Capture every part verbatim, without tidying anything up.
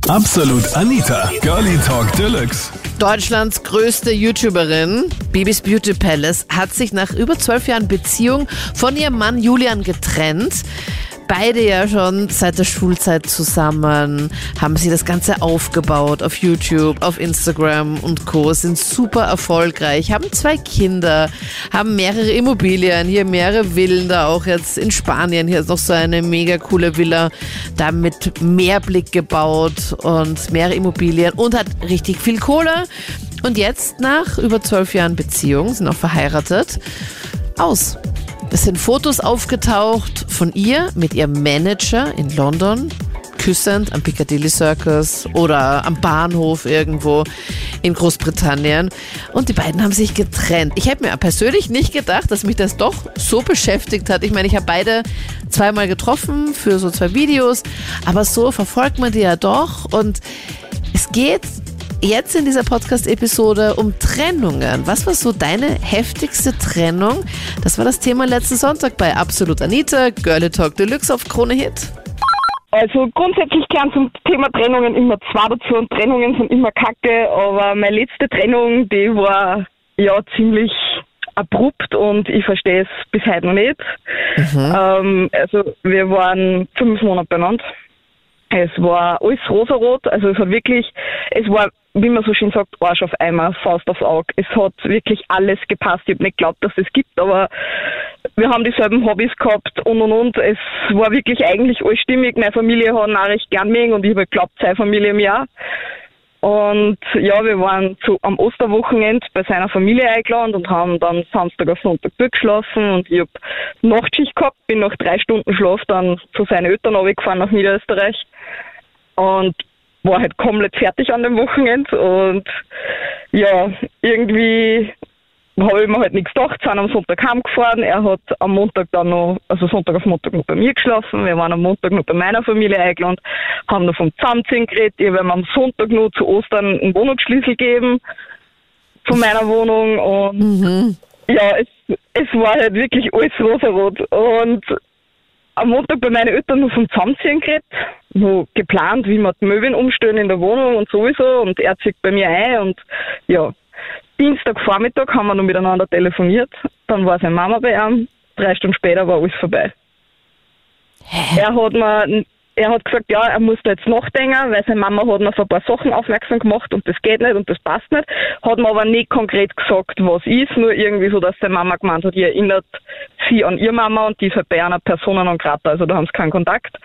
Absolut Anita, Girlie Talk Deluxe. Deutschlands größte YouTuberin, Bibis Beauty Palace, hat sich nach über zwölf Jahren Beziehung von ihrem Mann Julian getrennt. Beide ja schon seit der Schulzeit zusammen, haben sie das Ganze aufgebaut auf YouTube, auf Instagram und Co. Sind super erfolgreich, haben zwei Kinder, haben mehrere Immobilien, hier mehrere Villen, da auch jetzt in Spanien. Hier ist noch so eine mega coole Villa, da mit Meerblick gebaut und mehrere Immobilien und hat richtig viel Kohle. Und jetzt nach über zwölf Jahren Beziehung, sind auch verheiratet, aus. Es sind Fotos aufgetaucht von ihr mit ihrem Manager in London, küssend am Piccadilly Circus oder am Bahnhof irgendwo in Großbritannien. Und die beiden haben sich getrennt. Ich hätte mir persönlich nicht gedacht, dass mich das doch so beschäftigt hat. Ich meine, ich habe beide zweimal getroffen für so zwei Videos, aber so verfolgt man die ja doch. Und es geht jetzt in dieser Podcast-Episode um Trennungen. Was war so deine heftigste Trennung? Das war das Thema letzten Sonntag bei Absolut Anita, Girlie Talk Deluxe auf Krone Hit. Also grundsätzlich gehören zum Thema Trennungen immer zwei dazu und Trennungen sind immer kacke, aber meine letzte Trennung, die war ja ziemlich abrupt und ich verstehe es bis heute noch nicht. Mhm. Ähm, also wir waren fünf Monate beieinander. Es war alles rosarot, also es hat wirklich, es war, wie man so schön sagt, Arsch auf Eimer, Faust aufs Auge. Es hat wirklich alles gepasst. Ich habe nicht geglaubt, dass es gibt, aber wir haben dieselben Hobbys gehabt und und und. Es war wirklich eigentlich alles stimmig. Meine Familie hat ihn auch recht gern mögen und ich habe geglaubt, seine Familie im Jahr. Und ja, wir waren zu, am Osterwochenende bei seiner Familie eingeladen und haben dann Samstag auf Sonntag durchgeschlafen und ich habe Nachtschicht gehabt, bin nach drei Stunden Schlaf dann zu seinen Eltern runtergefahren nach Niederösterreich und war halt komplett fertig an dem Wochenende und ja, irgendwie habe ich mir halt nichts gedacht, sind am Sonntag heimgefahren, er hat am Montag dann noch, also Sonntag auf Montag noch bei mir geschlafen, wir waren am Montag noch bei meiner Familie eingeladen, haben noch vom Zusammenziehen geredet, ich habe ihm am Sonntag noch zu Ostern einen Wohnungsschlüssel gegeben von meiner Wohnung und mhm. ja, es, es war halt wirklich alles rosarot und am Montag bei meinen Eltern noch vom Zusammenziehen geredet, noch geplant, wie wir die Möbeln umstellen in der Wohnung und sowieso und er zieht bei mir ein und ja, Dienstagvormittag haben wir noch miteinander telefoniert, dann war seine Mama bei ihm, drei Stunden später war alles vorbei. Hä? Er hat mir, er hat gesagt, ja, er muss da jetzt nachdenken, weil seine Mama hat mir auf ein paar Sachen aufmerksam gemacht und das geht nicht und das passt nicht, hat mir aber nicht konkret gesagt, was ist, nur irgendwie so, dass seine Mama gemeint hat, die erinnert sie an ihre Mama und die ist halt bei einer Person non grata, also da haben sie keinen Kontakt.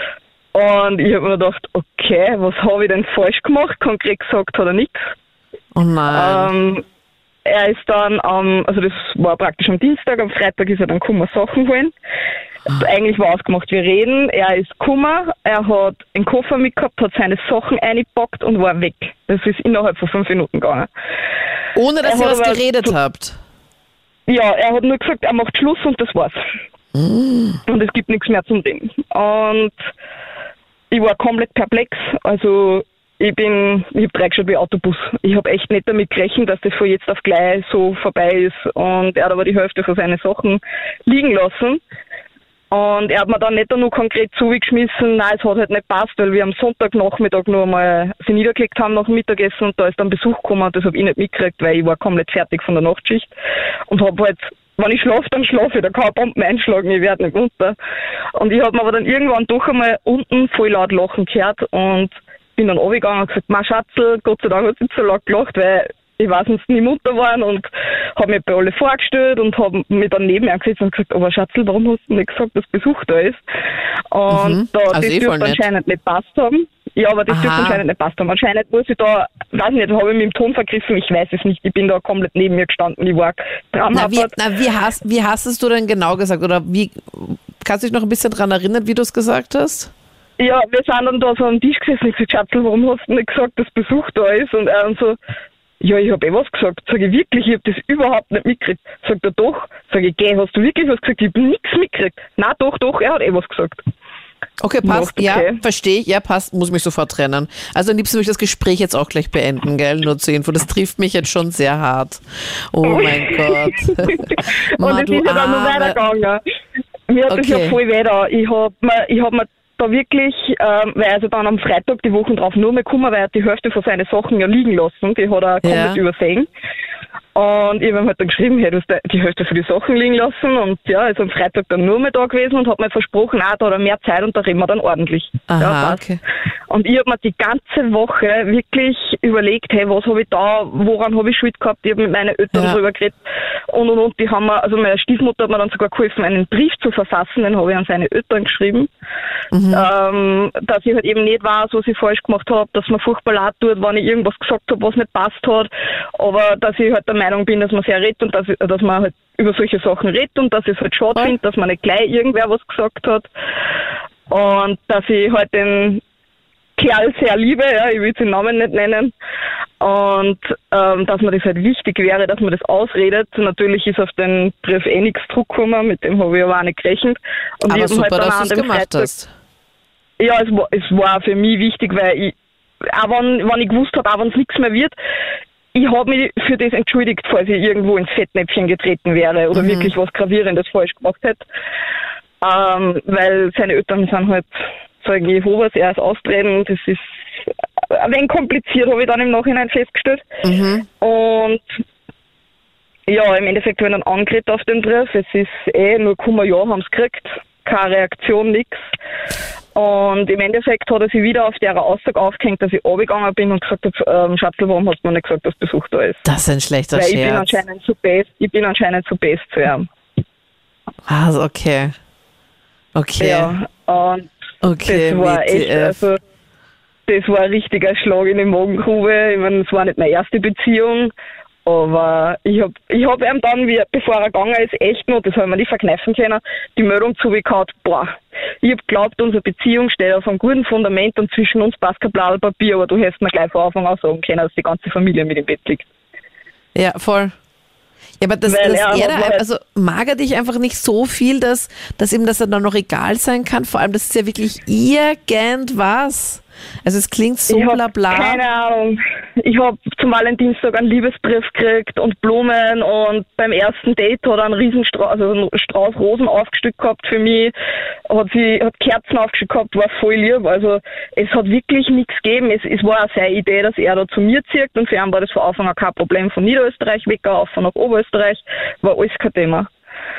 Und ich habe mir gedacht, okay, was habe ich denn falsch gemacht? Konkret gesagt hat er nichts. Oh nein. Ähm, er ist dann, ähm, also das war praktisch am Dienstag, am Freitag ist er dann gekommen, Sachen holen. Oh. Eigentlich war ausgemacht, wir reden. Er ist gekommen, er hat einen Koffer mitgehabt, hat seine Sachen eingepackt und war weg. Das ist innerhalb von fünf Minuten gegangen. Ohne, dass er ihr was aber, geredet habt? Ja, er hat nur gesagt, er macht Schluss und das war's. Mm. Und es gibt nichts mehr zum Reden. Und ich war komplett perplex, also ich bin, ich habe reingeschaut wie Autobus. Ich habe echt nicht damit gerechnet, dass das von jetzt auf gleich so vorbei ist. Und er hat aber die Hälfte von seinen Sachen liegen lassen. Und er hat mir dann nicht nur konkret zugeschmissen, nein, es hat halt nicht passt, weil wir am Sonntagnachmittag noch einmal sie niedergelegt haben nach dem Mittagessen und da ist dann Besuch gekommen und das habe ich nicht mitgekriegt, weil ich war komplett fertig von der Nachtschicht und habe halt, wenn ich schlafe, dann schlafe ich, da kann eine Bomben einschlagen, ich werde nicht runter. Und ich habe mir aber dann irgendwann doch einmal unten voll laut lachen gehört und bin dann runtergegangen und gesagt, ma Schatzel, Gott sei Dank hat sie nicht so laut gelacht, weil ich weiß nicht, nie Mutter waren und habe mich bei alle vorgestellt und habe mich dann neben ihm gesetzt und gesagt, aber Schatzel, warum hast du nicht gesagt, dass Besuch da ist? Und mhm. da, also das eh dürfte anscheinend nicht passt haben. Ja, aber das dürfte anscheinend nicht passt haben. Anscheinend muss ich da, weiß nicht, habe ich mich im Ton vergriffen, ich weiß es nicht, ich bin da komplett neben mir gestanden, ich war na, wie, na, wie, hast, wie hast es du denn genau gesagt? Oder wie, kannst du dich noch ein bisschen daran erinnern, wie du es gesagt hast? Ja, wir sind dann da so am Tisch gesessen und ich gesagt, Schatzel, warum hast du nicht gesagt, dass Besuch da ist? Und er dann so, ja, ich habe eh was gesagt. Sag ich wirklich, ich habe das überhaupt nicht mitgekriegt. Sagt er, doch. Sag ich, geh, hast du wirklich was gesagt? Ich habe nichts mitgekriegt. Nein, doch, doch, er hat eh was gesagt. Okay, passt. Okay. Ja, verstehe ich. Ja, passt. Muss mich sofort trennen. Also am liebsten würde ich das Gespräch jetzt auch gleich beenden, gell? Nur zur Info. Das trifft mich jetzt schon sehr hart. Oh mein Gott. Ma, und es ist ja dann noch weitergegangen. Mir hat okay. das ja voll weh da. Ich habe mir, ich hab mir da wirklich, ähm, weil also dann am Freitag die Wochen drauf nur mehr gekommen, weil er hat die Hälfte von seinen Sachen ja liegen lassen, die hat er komplett Ja. übersehen. Und ich habe ihm halt dann geschrieben, hey, du hast die Hälfte von die Sachen liegen lassen und ja, also am Freitag dann nur mehr da gewesen und hat mir versprochen, ah, da hat er mehr Zeit und da reden wir dann ordentlich. Aha, ja, passt. okay. Und ich habe mir die ganze Woche wirklich überlegt, hey, was habe ich da, woran habe ich Schuld gehabt, ich habe mit meinen Eltern Ja. drüber geredet und und und, die haben mir, also meine Stiefmutter hat mir dann sogar geholfen, einen Brief zu verfassen, den habe ich an seine Eltern geschrieben, Mhm. ähm, dass ich halt eben nicht weiß, was ich falsch gemacht habe, dass mir furchtbar leid tut, wenn ich irgendwas gesagt habe, was nicht passt hat, aber dass ich halt der Meinung bin, dass man sehr redet und dass, ich, dass man halt über solche Sachen redet und dass ich es halt schade Voll. finde, dass man nicht gleich irgendwer was gesagt hat und dass ich halt den Kerl sehr liebe, ja, ich will den Namen nicht nennen und ähm, dass mir das halt wichtig wäre, dass man das ausredet. Natürlich ist auf den Brief eh nichts zurückgekommen, mit dem habe ich aber auch nicht gerechnet. Und Aber ich hab ihn super, dann dass auch du an es dem gemacht Freitag- hast. Ja, es war, es war für mich wichtig, weil ich, auch wenn, wenn ich gewusst habe, auch wenn es nichts mehr wird, ich habe mich für das entschuldigt, falls ich irgendwo ins Fettnäpfchen getreten wäre oder Mhm. wirklich was Gravierendes falsch gemacht hätte. Ähm, weil seine Eltern sind halt Zeugen Jehovas, er ist austreten, das ist ein wenig kompliziert, habe ich dann im Nachhinein festgestellt. Mhm. Und ja, im Endeffekt habe ich dann angeredet auf den Brief. Es ist eh nur gekommen, ja, haben es gekriegt. Keine Reaktion, nichts. Und im Endeffekt hat er sich wieder auf der Aussage aufgehängt, dass ich runtergegangen bin und gesagt habe, ähm, Schatzel, warum hast du mir nicht gesagt, dass Besuch da ist? Das ist ein schlechter Weil ich bin Scherz. anscheinend zu best, ich bin anscheinend zu best zu ihm. Also, okay. Okay. Ja, und Okay, das war W T echt, F. also, das war ein richtiger Schlag in die Magengrube. Ich meine, es war nicht meine erste Beziehung, aber ich hab, ich hab ihm dann, wie, bevor er gegangen ist, echt noch, das habe ich mir nicht verkneifen können, die Meldung zugehauen, boah, ich hab geglaubt, unsere Beziehung steht auf einem guten Fundament und zwischen uns passt kein blaues Papier, aber du hättest mir gleich von Anfang an sagen können, dass die ganze Familie mit im Bett liegt. Ja, voll. Ja, aber das, Weil das er er hat da, halt- also mag er dich einfach nicht so viel, dass, dass ihm das dann noch egal sein kann. Vor allem, das ist ja wirklich irgendwas. Also es klingt so ich hab bla bla. keine Ahnung. Ich habe zum Valentinstag einen Liebesbrief gekriegt und Blumen und beim ersten Date hat er einen riesen Strauß, also einen Strauß Rosen aufgestückt gehabt für mich, hat sie hat Kerzen aufgestückt gehabt, war voll lieb. Also es hat wirklich nichts gegeben. Es, es war auch seine Idee, dass er da zu mir zieht und für ihn war das von Anfang an kein Problem, von Niederösterreich weg auf nach Oberösterreich, war alles kein Thema.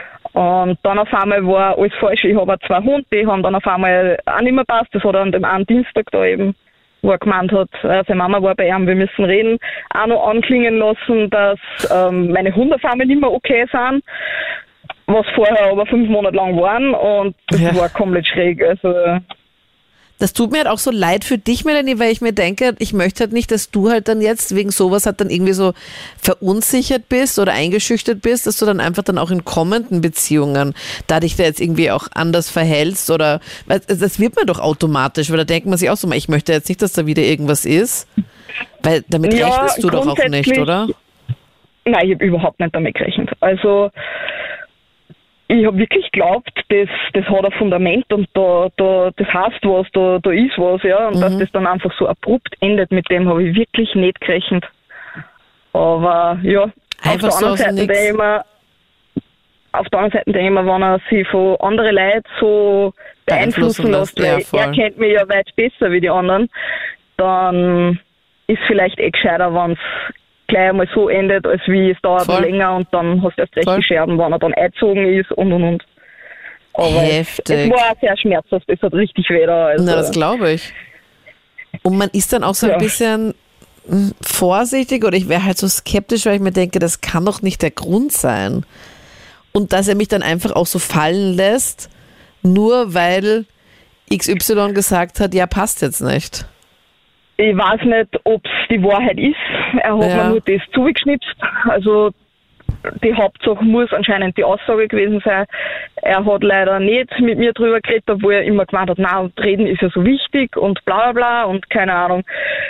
Und dann auf einmal war alles falsch. Ich habe auch zwei Hunde, die haben dann auf einmal auch nicht mehr passt. Das hat er an dem einen Dienstag da eben, wo er gemeint hat, äh, seine Mama war bei ihm, wir müssen reden, auch noch anklingen lassen, dass ähm, meine Hunde auf einmal nicht mehr okay sind, was vorher aber fünf Monate lang waren und das Ja. war komplett schräg. Also Das tut mir halt auch so leid für dich, Melanie, weil ich mir denke, ich möchte halt nicht, dass du halt dann jetzt wegen sowas halt dann irgendwie so verunsichert bist oder eingeschüchtert bist, dass du dann einfach dann auch in kommenden Beziehungen da dich da jetzt irgendwie auch anders verhältst oder, weil das wird man doch automatisch, weil da denkt man sich auch so, ich möchte jetzt nicht, dass da wieder irgendwas ist, weil damit Ja, rechnest du doch auch nicht, grundsätzlich- oder? Nein, ich habe überhaupt nicht damit gerechnet. Also ich habe wirklich geglaubt, das, das hat ein Fundament und da, da, das heißt was, da, da ist was, ja. Und Mhm. dass das dann einfach so abrupt endet, mit dem habe ich wirklich nicht gerechnet. Aber ja, Einfach auf so der aus dem anderen Seite Nix. denke ich mir, auf der anderen Seite denke ich mir, wenn er sich von anderen Leuten so Beeinflussen beeinflussen lässt, lässt, ja, weil voll. er kennt mich ja weit besser wie die anderen, dann ist vielleicht eh gescheiter, wenn es gleich einmal so endet, als wie es dauert Voll. länger und dann hast du erst recht Voll. die Scherben, wenn er dann eingezogen ist und und und. Aber es, Heftig. es war sehr schmerzhaft, es hat richtig weh da. Also, Na, das glaube ich. Und man ist dann auch so ein Ja. bisschen mm, vorsichtig oder ich wäre halt so skeptisch, weil ich mir denke, das kann doch nicht der Grund sein. Und dass er mich dann einfach auch so fallen lässt, nur weil X Y gesagt hat, ja, passt jetzt nicht. ich weiß nicht, ob es die Wahrheit ist. Er hat Ja. mir nur das zugeschnipst. Also die Hauptsache muss anscheinend die Aussage gewesen sein. Er hat leider nicht mit mir drüber geredet, obwohl er immer gemeint hat, na, und reden ist ja so wichtig und bla bla bla und keine Ahnung.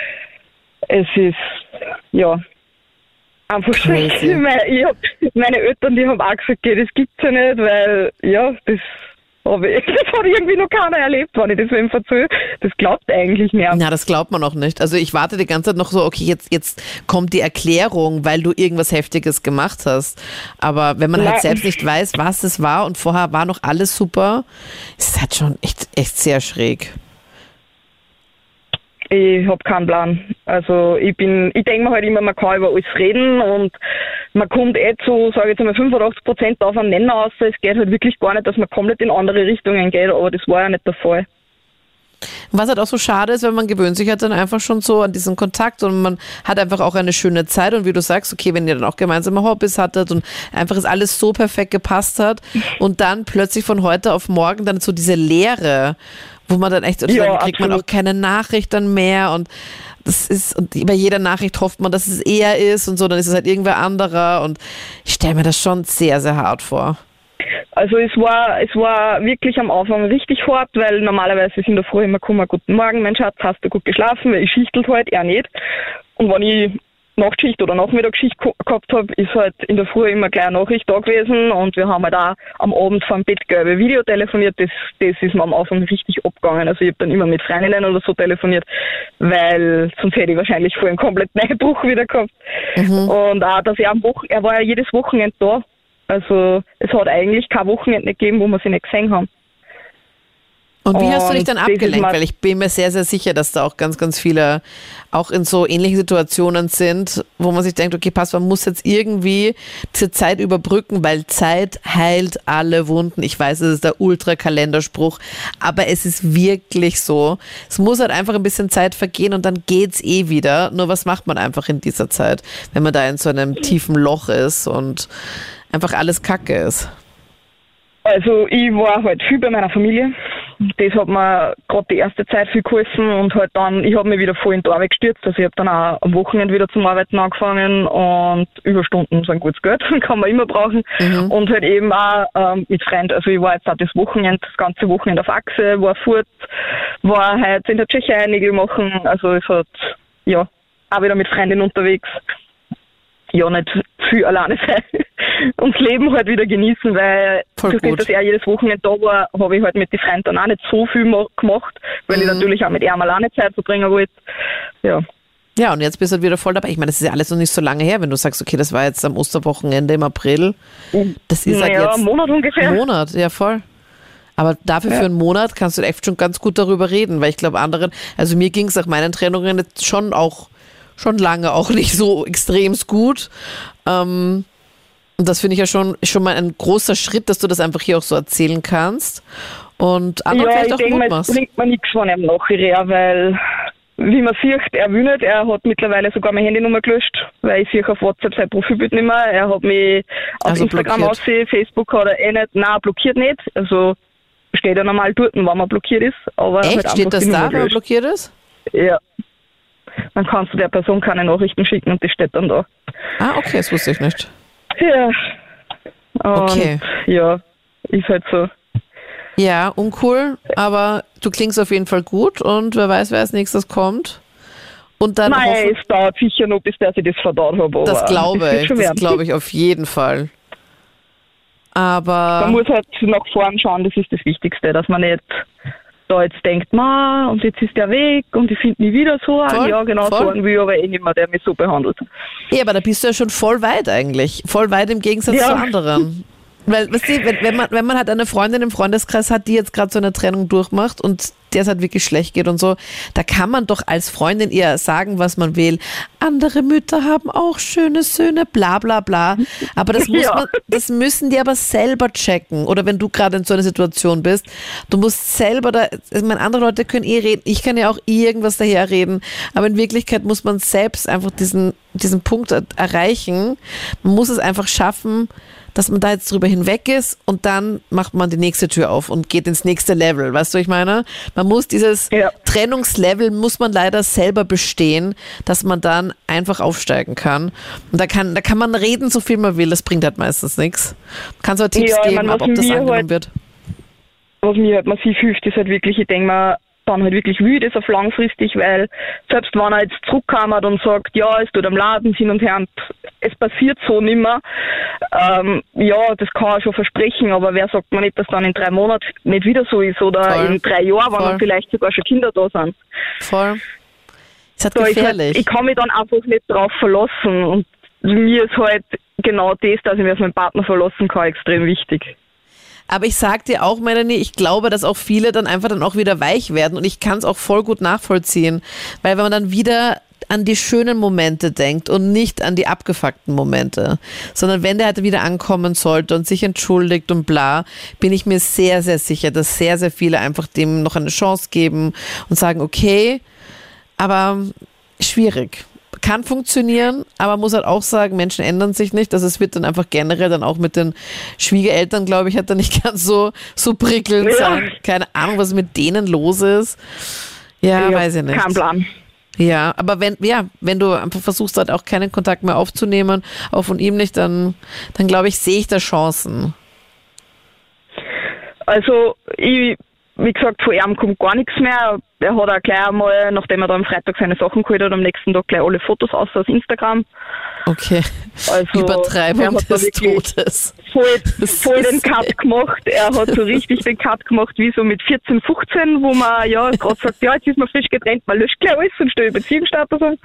Es ist, ja, einfach schlecht. Crazy. Ich hab, meine Eltern, die haben auch gesagt, okay, das gibt's ja nicht, weil, ja, das Aber das hat irgendwie noch keiner erlebt, wenn ich das wem erzähle. Das glaubt eigentlich nicht. Na, das glaubt man auch nicht. Also ich warte die ganze Zeit noch so, okay, jetzt, jetzt kommt die Erklärung, weil du irgendwas Heftiges gemacht hast. Aber wenn man Nein. halt selbst nicht weiß, was es war und vorher war noch alles super, ist es halt schon echt, echt sehr schräg. Ich habe keinen Plan. Also ich bin, ich denke mir halt immer, man kann über alles reden und man kommt eh zu, sage ich jetzt einmal, fünfundachtzig Prozent auf einen Nenner aus. Es geht halt wirklich gar nicht, dass man komplett in andere Richtungen geht, aber das war ja nicht der Fall. Was halt auch so schade ist, wenn man gewöhnt sich halt dann einfach schon so an diesen Kontakt und man hat einfach auch eine schöne Zeit und wie du sagst, okay, wenn ihr dann auch gemeinsame Hobbys hattet und einfach es alles so perfekt gepasst hat und dann plötzlich von heute auf morgen dann so diese Leere, wo man dann echt, Ja, dann kriegt man absolut. auch keine Nachricht dann mehr und das ist, und bei jeder Nachricht hofft man, dass es er ist und so, dann ist es halt irgendwer anderer und ich stelle mir das schon sehr, sehr hart vor. Also es war es war wirklich am Anfang richtig hart, weil normalerweise ist in der Früh immer gekommen, guten Morgen, mein Schatz, hast du gut geschlafen? Weil ich schichtelt halt, er nicht. Und wenn ich Nachtschicht oder Nachmittagsschicht gehabt habe, ist halt in der Früh immer gleich eine Nachricht da gewesen und wir haben halt auch am Abend vor dem Bett gelbe Video telefoniert. Das, das ist mir am Anfang richtig abgegangen. Also ich habe dann immer mit Freundinnen oder so telefoniert, weil sonst hätte ich wahrscheinlich voll einen kompletten Neubruch wieder gehabt. Mhm. Und auch, dass er am Wochen, er war ja jedes Wochenende da. Also es hat eigentlich kein Wochenende nicht gegeben, wo wir sie nicht gesehen haben. Und wie hast du dich Und dann das ist abgelenkt? mal- Weil ich bin mir sehr, sehr sicher, dass da auch ganz, ganz viele auch in so ähnlichen Situationen sind, wo man sich denkt, okay, passt, man muss jetzt irgendwie diese Zeit überbrücken, weil Zeit heilt alle Wunden. Ich weiß, es ist der Ultra-Kalenderspruch, aber es ist wirklich so. Es muss halt einfach ein bisschen Zeit vergehen und dann geht's eh wieder. Nur was macht man einfach in dieser Zeit, wenn man da in so einem tiefen Loch ist und einfach alles Kacke ist? Also ich war halt viel bei meiner Familie. Das hat mir gerade die erste Zeit viel geholfen und halt dann, ich habe mich wieder voll in die Arbeit gestürzt. Also ich habe dann auch am Wochenende wieder zum Arbeiten angefangen und Überstunden sind gutes Geld, kann man immer brauchen. Mhm. Und halt eben auch ähm, mit Freunden. Also ich war jetzt auch das Wochenende, das ganze Wochenende auf Achse, war fort, war heute in der Tschechei Nägel machen. Also es hat, ja, auch wieder mit Freundinnen unterwegs. Ja, nicht viel alleine sein und das Leben halt wieder genießen, weil Voll durch das, gut. dass er jedes Wochenende da war, habe ich halt mit den Freunden dann auch nicht so viel ma- gemacht, weil Mhm. ich natürlich auch mit ihm alleine Zeit verbringen wollte. Ja. Ja, und jetzt bist du halt wieder voll dabei. Ich meine, das ist ja alles noch nicht so lange her, wenn du sagst, okay, das war jetzt am Osterwochenende im April. Das ist halt naja, jetzt einen Monat ungefähr. ein Monat, ja voll. Aber dafür Ja. für einen Monat kannst du echt schon ganz gut darüber reden, weil ich glaube anderen, also mir ging es nach meinen Trennungen jetzt schon auch, schon lange auch nicht so extremst gut. Ähm, und das finde ich ja schon, schon mal ein großer Schritt, dass du das einfach hier auch so erzählen kannst und anderen Ja, vielleicht ich auch denke Mut mal, es machst. bringt mir nichts von ihm nachher, weil, wie man sieht, er will nicht. Er hat mittlerweile sogar meine Handynummer gelöscht, weil ich sehe auf WhatsApp sein Profilbild nicht mehr. Er hat mich auf Also Instagram blockiert. aussehen, Facebook hat er eh nicht, nein, blockiert nicht. Also steht ja normal dort, wenn man blockiert ist. Aber Echt? halt Steht einfach das die da, Nummer wenn man gelöscht. blockiert ist? Ja. Dann kannst du der Person keine Nachrichten schicken und die steht dann da. Ah, okay, das wusste ich nicht. Ja. Und Okay. ja, ist halt so. Ja, uncool, aber du klingst auf jeden Fall gut und wer weiß, wer als nächstes kommt. Und dann Nein, hoffen, es dauert sicher noch, bis der sich das verdaut hat. Aber das glaube wird ich, schon das werden. glaube ich auf jeden Fall. Aber Man muss halt nach vorn schauen, das ist das Wichtigste, dass man nicht da jetzt denkt, ma, und jetzt ist der weg und ich finde nie wieder so an. Voll, Ja, genau voll. so einen will ich aber eh nicht mehr, der mich so behandelt. ja, aber da bist du ja schon voll weit eigentlich. Voll weit im Gegensatz Ja. zu anderen. Weil, weißt du, wenn, wenn, man, wenn man halt eine Freundin im Freundeskreis hat, die jetzt gerade so eine Trennung durchmacht und der es halt wirklich schlecht geht und so, da kann man doch als Freundin ihr sagen, was man will. Andere Mütter haben auch schöne Söhne, bla bla bla. Aber das muss Ja. man, das müssen die aber selber checken. Oder wenn du gerade in so einer Situation bist, du musst selber da, ich meine, andere Leute können eh reden, ich kann ja auch irgendwas daherreden, aber in Wirklichkeit muss man selbst einfach diesen, diesen Punkt er- erreichen. Man muss es einfach schaffen, dass man da jetzt drüber hinweg ist und dann macht man die nächste Tür auf und geht ins nächste Level. Weißt du, was ich meine? Man muss dieses Ja. Trennungslevel, muss man leider selber bestehen, dass man dann einfach aufsteigen kann. Und da kann, da kann man reden, so viel man will, das bringt halt meistens nichts. Kannst du Tipps Ja, ich geben, meine, aber was ob das mir angenommen halt- wird? Was mir halt massiv hilft, ist halt wirklich, ich denke mal, dann halt wirklich will, das auf langfristig, weil selbst wenn er jetzt zurückkommt und sagt, ja, es tut am Laden hin und her und es passiert so nimmer, ähm, ja, das kann er schon versprechen, aber wer sagt man nicht, dass dann in drei Monaten nicht wieder so ist oder Voll. in drei Jahren, wenn Voll. dann vielleicht sogar schon Kinder da sind. Voll. Ist halt So, ich, gefährlich. halt, ich kann mich dann einfach nicht drauf verlassen und mir ist halt genau das, dass ich mich auf meinen Partner verlassen kann, extrem wichtig. Aber ich sag dir auch, Melanie, ich glaube, dass auch viele dann einfach dann auch wieder weich werden und ich kann es auch voll gut nachvollziehen, weil wenn man dann wieder an die schönen Momente denkt und nicht an die abgefuckten Momente, sondern wenn der halt wieder ankommen sollte und sich entschuldigt und bla, bin ich mir sehr, sehr sicher, dass sehr, sehr viele einfach dem noch eine Chance geben und sagen, okay, aber schwierig. Kann funktionieren, aber muss halt auch sagen, Menschen ändern sich nicht. Also es wird dann einfach generell dann auch mit den Schwiegereltern, glaube ich, hat er nicht ganz so, so prickelnd Ja. sein. Keine Ahnung, was mit denen los ist. Ja, Ja, weiß ich nicht. kein Plan. Ja, aber wenn, ja, wenn du einfach versuchst, halt auch keinen Kontakt mehr aufzunehmen, auch von ihm nicht, dann, dann glaube ich, sehe ich da Chancen. Also, ich, wie gesagt, von ihm kommt gar nichts mehr. Er hat auch gleich einmal, nachdem er da am Freitag seine Sachen geholt hat, am nächsten Tag gleich alle Fotos aus aus Instagram. Okay. Also, Übertreibung er hat da des wirklich Todes. voll, Das voll ist- den Cut gemacht. Er hat so richtig den Cut gemacht, wie so mit vierzehn, fünfzehn, wo man ja gerade sagt, ja, jetzt ist man frisch getrennt, man löscht gleich alles und stellt Beziehungsstatus an.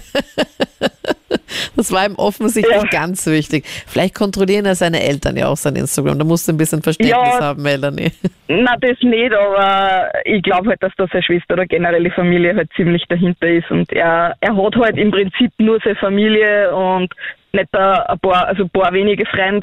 Das war ihm offensichtlich Ja. ganz wichtig. Vielleicht kontrollieren ja seine Eltern ja auch sein Instagram. Da musst du ein bisschen Verständnis Ja. haben, Melanie. Na, das nicht, aber ich glaube halt, dass da seine Schwester oder generell die Familie halt ziemlich dahinter ist und er, er hat halt im Prinzip nur seine Familie und nicht ein ein paar, also ein paar wenige Freunde,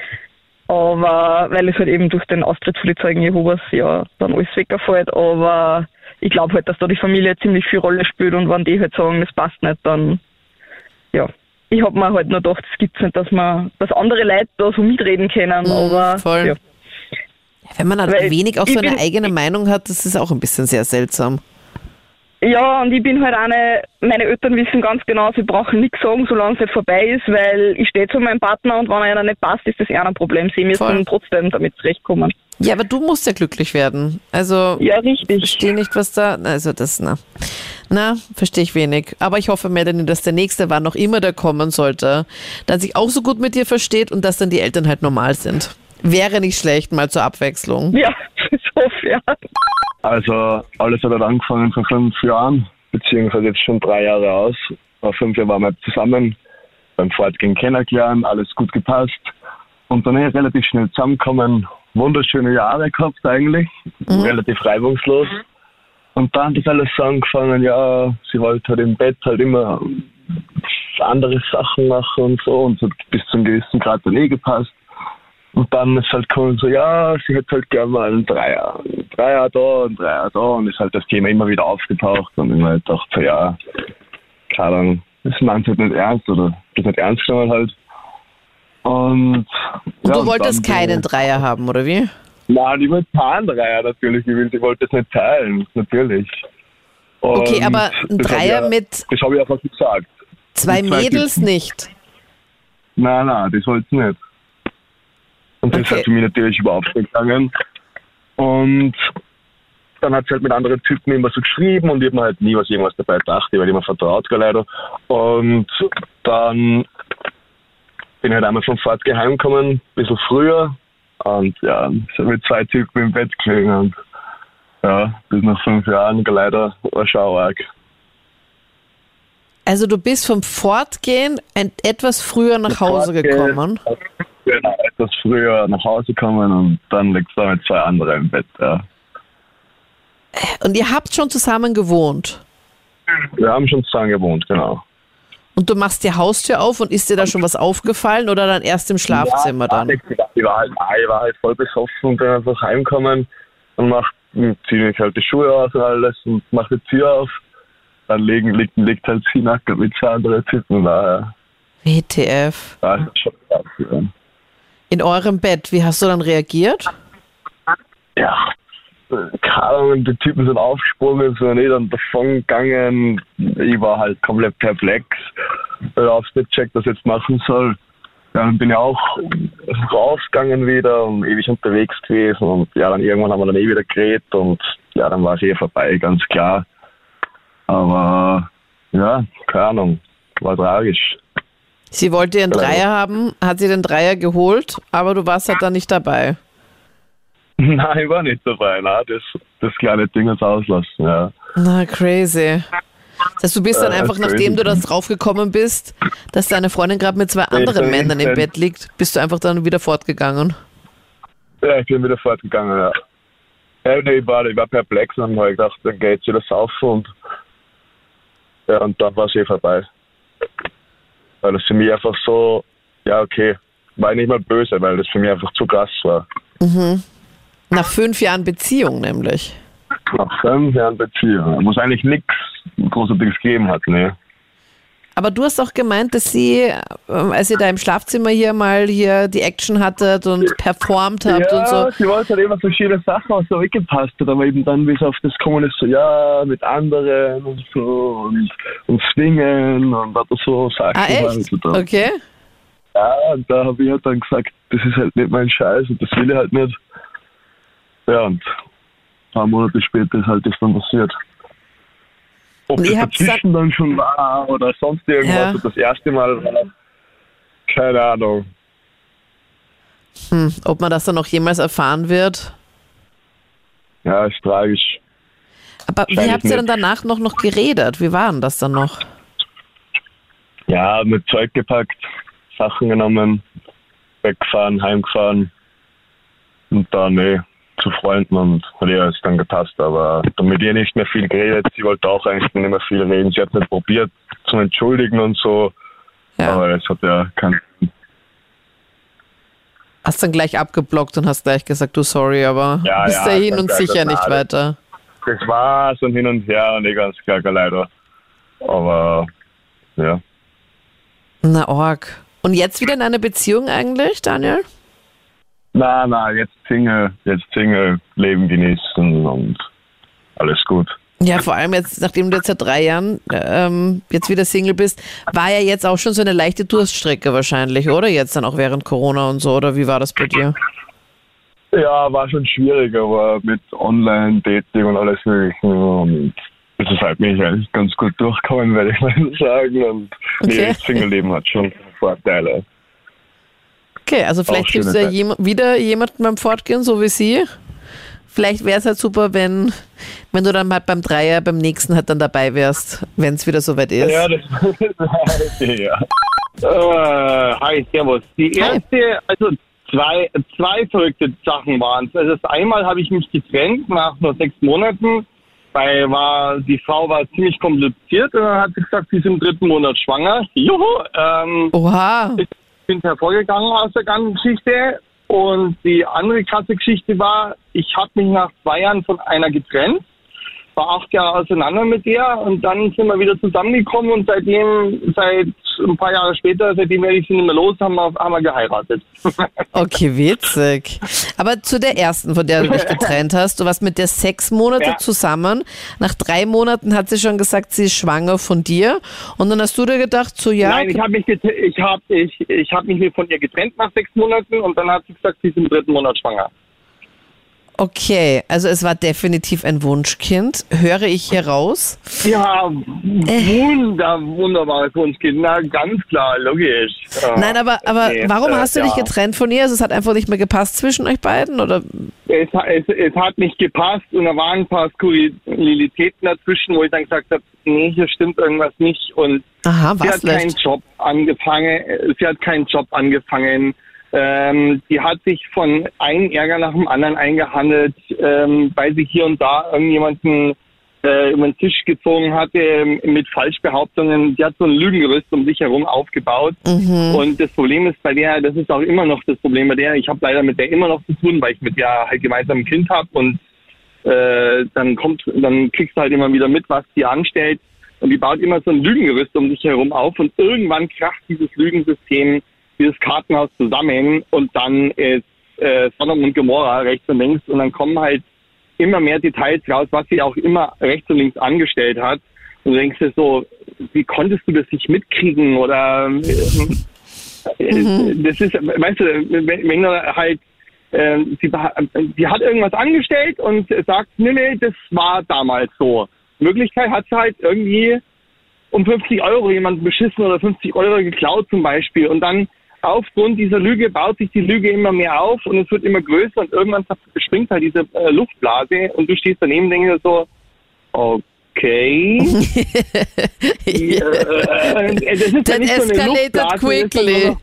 aber weil es halt eben durch den Austritt von den Zeugen Jehovas ja dann alles weggefällt, aber ich glaube halt, dass da die Familie ziemlich viel Rolle spielt und wenn die halt sagen, das passt nicht, dann ja. Ich hab mir halt nur gedacht, es gibt's nicht, dass man, dass andere Leute da so mitreden können, aber voll. ja. Wenn man halt Weil wenig auch ich so eine bin- eigene Meinung hat, das ist auch ein bisschen sehr seltsam. Ja, und ich bin halt eine, meine Eltern wissen ganz genau, sie brauchen nichts sagen, solange es nicht vorbei ist, weil ich stehe zu meinem Partner und wenn er ihnen nicht passt, ist das eher ein Problem. Sie müssen Voll. trotzdem damit zurechtkommen. Ja, aber du musst ja glücklich werden. Also, Ja, richtig. verstehe nicht, was da, also das, na, na, verstehe ich wenig. Aber ich hoffe, Melanie, dass der nächste, wann noch immer der kommen sollte, dann sich auch so gut mit dir versteht und dass dann die Eltern halt normal sind. Wäre nicht schlecht, mal zur Abwechslung. Ja, ich hoffe, ja. Also alles hat halt angefangen vor fünf Jahren, beziehungsweise jetzt schon drei Jahre aus. Vor fünf Jahren waren wir zusammen, beim Fortgehen kennengelernt, alles gut gepasst. Und dann ist relativ schnell zusammengekommen, wunderschöne Jahre gehabt eigentlich, Mhm. relativ reibungslos. Und dann hat das alles so angefangen, ja, sie wollte halt im Bett halt immer andere Sachen machen und so und so bis zu einem gewissen Grad dann eh gepasst. Und dann ist halt gekommen so, ja, sie hätte halt gerne mal einen Dreier. Ein Dreier da, ein Dreier da. Und ist halt das Thema immer wieder aufgetaucht. Und ich mir halt gedacht, so, ja, keine Ahnung, das meint halt nicht ernst oder das nicht ernst genommen halt. Und, Und ja, du und wolltest dann- keinen Dreier haben, oder wie? Nein, ich wollte keinen Dreier natürlich. Ich, will, ich wollte das nicht teilen, natürlich. Okay, Und aber ein das hab Dreier ich ja, mit Das habe ich einfach gesagt. zwei mit zwei Mädels Typen. nicht. Nein, nein, das wollte ich nicht. Und das Okay. hat für mich natürlich überhaupt nicht gegangen. Und dann hat sie halt mit anderen Typen immer so geschrieben und ich habe mir halt nie was irgendwas dabei gedacht, ich habe immer vertraut, gar leider. Und dann bin ich halt einmal vom Fortgehen heimgekommen, ein bisschen früher. Und ja, so mit zwei Typen im Bett gelegen und ja, bis nach fünf Jahren, gar leider, war schon arg. Also du bist vom Fortgehen ein, etwas früher nach Hause Fortgehen, gekommen. Genau, etwas früher nach Hause gekommen und dann liegt da mit zwei anderen im Bett, ja. Und ihr habt schon zusammen gewohnt. Wir haben schon zusammen gewohnt, genau. Und du machst die Haustür auf und ist dir da schon was aufgefallen oder dann erst im Schlafzimmer Ja, dann? Ich war, halt, ich war halt voll besoffen und bin einfach heimgekommen und mach, ziehe ich halt die Schuhe aus und alles und mach die Tür auf. Dann liegen, liegt, liegt halt sie nackt mit zwei anderen Typen da. W T F. Ja, das ist schon krass gewesen. In eurem Bett, wie hast du dann reagiert? Ja, keine Ahnung, die Typen sind aufgesprungen, sind nicht dann davon gegangen. Ich war halt komplett perplex. Ich hab's nicht gecheckt, was ich jetzt machen soll. Ja, dann bin ich auch rausgegangen wieder und ewig unterwegs gewesen und ja, dann irgendwann haben wir dann eh wieder geredet und ja, dann war es eh vorbei, ganz klar. Aber ja, keine Ahnung, war tragisch. Sie wollte ihren Dreier haben, hat sie den Dreier geholt, aber du warst halt da nicht dabei. Nein, ich war nicht dabei. Nein, das, das kleine Ding hat's auslassen, ja. Na, crazy. Das heißt, du bist dann Äh, einfach, crazy. nachdem du das draufgekommen bist, dass deine Freundin gerade mit zwei Nee, anderen ich bin Männern im instant- Bett liegt, bist du einfach dann wieder fortgegangen. Ja, ich bin wieder fortgegangen, ja. Ja, nee, ich war, ich war perplex und habe gedacht, dann geht's wieder saufen und ja, und dann war es eh vorbei. Weil das für mich einfach so, ja okay, war ich nicht mal böse, weil das für mich einfach zu krass war. Nach fünf Jahren Beziehung nämlich. Nach fünf Jahren Beziehung, wo es eigentlich nichts Großartiges gegeben hat, ne. Aber du hast auch gemeint, dass sie, ähm, als ihr da im Schlafzimmer hier mal hier die Action hattet und performt habt ja, und so. sie wollte halt immer verschiedene Sachen, was so weggepasst hat, aber eben dann, wie es auf das gekommen ist, so, ja, mit anderen und so und, und swingen und hat so Sachen. Ah, echt? halt so da. Okay. Ja, und da habe ich halt dann gesagt, das ist halt nicht mein Scheiß und das will ich halt nicht. Ja, und ein paar Monate später ist halt das dann passiert. Ob Und das ihr habt's dazwischen dann schon war oder sonst irgendwas, Ja. und das erste Mal war, keine Ahnung. Hm, ob man das dann noch jemals erfahren wird. Ja, ist tragisch. Aber wie Wahrscheinlich habt ihr dann nicht. danach noch, noch geredet? Wie war denn das dann noch? Ja, mit Zeug gepackt, Sachen genommen, weggefahren, heimgefahren und dann eh zu Freunden und hat ihr es dann gepasst, aber damit ihr nicht mehr viel geredet, sie wollte auch eigentlich nicht mehr viel reden, sie hat nicht probiert zu entschuldigen und so, Ja. aber es hat ja keinen Sinn. Hast dann gleich abgeblockt und hast gleich gesagt, du sorry, aber Ja, bist ja, dahin dann und gleich sicher das nicht Nadel. weiter. Das war so ein Hin und Her und eh ganz klar, leider. Aber ja. Na, org. Und jetzt wieder in einer Beziehung eigentlich, Daniel? Na, na, jetzt Single, jetzt Single, Leben genießen und alles gut. Ja, vor allem jetzt, nachdem du jetzt seit drei Jahren ähm, jetzt wieder Single bist, war ja jetzt auch schon so eine leichte Durststrecke wahrscheinlich, oder? Jetzt dann auch während Corona und so, oder wie war das bei dir? Ja, war schon schwierig, aber mit Online-Dating und alles Mögliche. Und es ist halt mich eigentlich ganz gut durchgekommen, werde ich mal sagen. Und Okay. nee, das Single-Leben hat schon Vorteile. Okay, also vielleicht Auch hilfst du schöne ja jem wieder jemandem beim Fortgehen, so wie sie. Vielleicht wäre es halt super, wenn, wenn du dann mal beim Dreier beim nächsten halt dann dabei wärst, wenn es wieder soweit ist. Ja, das ist eine ja. Äh, hi, servus. Die erste, also zwei, zwei verrückte Sachen waren es. Also das einmal habe ich mich getrennt nach nur sechs Monaten, weil war, die Frau war ziemlich kompliziert und dann hat sie gesagt, sie ist im dritten Monat schwanger. Juhu! Ähm, Oha. ich bin hervorgegangen aus der ganzen Geschichte. Und die andere krasse Geschichte war, ich habe mich nach zwei Jahren von einer getrennt, war acht Jahre auseinander mit der und dann sind wir wieder zusammengekommen und seitdem, seit ein paar Jahre später, seitdem werde ich sie nicht mehr los, haben wir, haben wir geheiratet. Okay, witzig. Aber zu der ersten, von der du dich getrennt hast, du warst mit der sechs Monate Ja. zusammen. Nach drei Monaten hat sie schon gesagt, sie ist schwanger von dir. Und dann hast du dir gedacht, so ja. Nein, ich habe mich, get- ich hab, ich, ich hab mich von ihr getrennt nach sechs Monaten und dann hat sie gesagt, sie ist im dritten Monat schwanger. Okay, also es war definitiv ein Wunschkind. Höre ich hier raus? Ja, wunder, wunderbares Wunschkind, na ganz klar, logisch. Ja. Nein, aber, aber Nee, warum äh, hast du dich ja. getrennt von ihr? Also es hat einfach nicht mehr gepasst zwischen euch beiden? Oder? Es, es, es hat nicht gepasst und da waren ein paar Skurrilitäten dazwischen, wo ich dann gesagt habe, nee, hier stimmt irgendwas nicht. Und Aha, sie was hat keinen vielleicht? Job angefangen. Sie hat keinen Job angefangen. Ähm, die hat sich von einem Ärger nach dem anderen eingehandelt, ähm, weil sie hier und da irgendjemanden äh, über den Tisch gezogen hatte ähm, mit Falschbehauptungen. Die hat so ein Lügengerüst um sich herum aufgebaut. Mhm. Und das Problem ist bei der, das ist auch immer noch das Problem bei der, ich habe leider mit der immer noch zu tun, weil ich mit der halt gemeinsam ein Kind habe und äh, dann kommt, dann kriegst du halt immer wieder mit, was die anstellt. Und die baut immer so ein Lügengerüst um sich herum auf und irgendwann kracht dieses Lügensystem, dieses Kartenhaus zusammen und dann ist äh, Sodom und Gomorra rechts und links und dann kommen halt immer mehr Details raus, was sie auch immer rechts und links angestellt hat. Und du denkst dir so, wie konntest du das nicht mitkriegen? Oder äh, Mhm. das ist, weißt du, wenn, wenn du halt ähm, sie, sie hat irgendwas angestellt und sagt, nee, nee, das war damals so. In Wirklichkeit hat sie halt irgendwie um fünfzig Euro jemanden beschissen oder fünfzig Euro geklaut zum Beispiel. Und dann aufgrund dieser Lüge baut sich die Lüge immer mehr auf und es wird immer größer und irgendwann springt halt diese äh, Luftblase und du stehst daneben und denkst so, okay. ja. äh, das ist ja nicht so eine Luftblase. Quickly.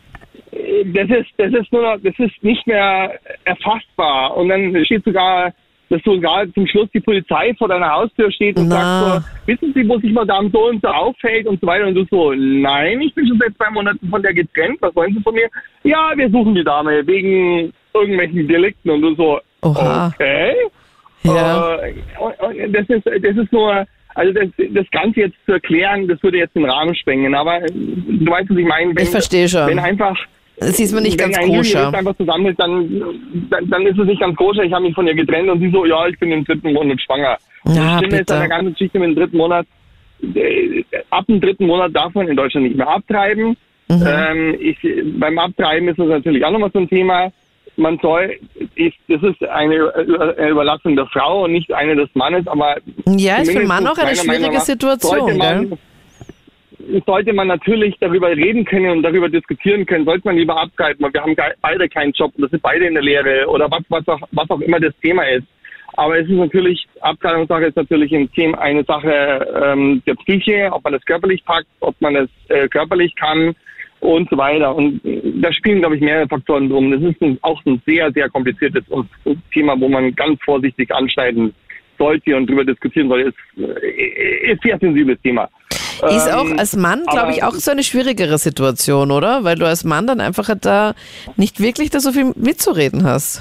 Das ist, das ist nur noch, das ist nicht mehr erfassbar. Und dann steht sogar, dass sogar zum Schluss die Polizei vor deiner Haustür steht und Na. sagt so, wissen Sie, wo sich Madame so und so aufhält und so weiter. Und du so, nein, ich bin schon seit zwei Monaten von der getrennt. Was wollen Sie von mir? Ja, wir suchen die Dame wegen irgendwelchen Delikten. Und du so, Oha. okay. Ja. Äh, das ist, das ist nur, also das, das Ganze jetzt zu erklären, das würde jetzt den Rahmen sprengen. Aber du weißt, was ich meine. Wenn, ich verstehe schon. Wenn einfach Das ist mir nicht wenn ganz ein koscher. Wenn einfach zusammenhält, dann, dann, dann ist es nicht ganz koscher. Ich habe mich von ihr getrennt und sie so, ja, ich bin im dritten Monat schwanger. Ja, das Schlimme ist an der ganzen Geschichte mit dem dritten Monat, äh, ab dem dritten Monat darf man in Deutschland nicht mehr abtreiben. Mhm. Ähm, ich, beim Abtreiben ist das natürlich auch nochmal so ein Thema. Man soll, ist, das ist eine Überlassung der Frau und nicht eine des Mannes, aber ja, ist für den Mann auch eine schwierige Situation, man, gell? Sollte man natürlich darüber reden können und darüber diskutieren können, sollte man lieber abtreiben, weil wir haben beide keinen Job und das sind beide in der Lehre oder was, was, auch, was auch immer das Thema ist. Aber es ist natürlich, Abtreibungssache ist natürlich ein Thema, eine Sache ähm, der Psyche, ob man das körperlich packt, ob man das äh, körperlich kann und so weiter. Und da spielen, glaube ich, mehrere Faktoren drum. Das ist ein, auch ein sehr, sehr kompliziertes Thema, wo man ganz vorsichtig anschneiden sollte und darüber diskutieren sollte. Ist, ist ein sehr sensibles Thema. Ist auch als Mann, glaube ich, auch so eine schwierigere Situation, oder? Weil du als Mann dann einfach da nicht wirklich da so viel mitzureden hast.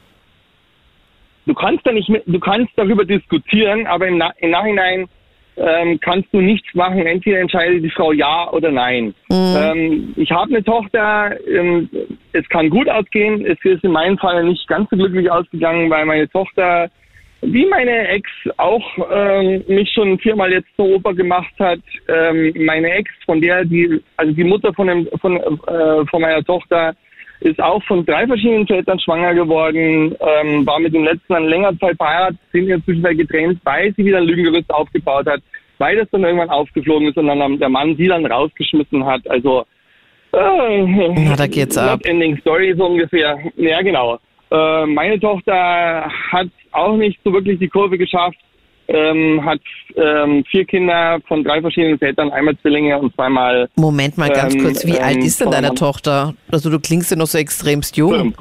Du kannst da nicht mit, du kannst darüber diskutieren, aber im, Na- im Nachhinein ähm, kannst du nichts machen. Entweder entscheidet die Frau ja oder nein. Mhm. Ähm, ich habe eine Tochter, ähm, es kann gut ausgehen. Es ist in meinem Fall nicht ganz so glücklich ausgegangen, weil meine Tochter, wie meine Ex auch ähm, mich schon viermal jetzt zur Oper gemacht hat. Ähm, meine Ex, von der die, also die Mutter von dem, von, äh, von meiner Tochter, ist auch von drei verschiedenen Vätern schwanger geworden, ähm, war mit dem letzten dann länger Zeit verheiratet, sind inzwischen getrennt, weil sie wieder ein Lügengerüst aufgebaut hat, weil das dann irgendwann aufgeflogen ist und dann der Mann sie dann rausgeschmissen hat. Also äh, Na, da geht's ab. Ending Story so ungefähr. Ja, genau. Äh, meine Tochter hat auch nicht so wirklich die Kurve geschafft, ähm, hat ähm, vier Kinder von drei verschiedenen Vätern, einmal Zwillinge und zweimal... Moment mal ganz ähm, kurz, wie ähm, alt ist denn deine Mann. Tochter? Also du klingst ja noch so extremst jung.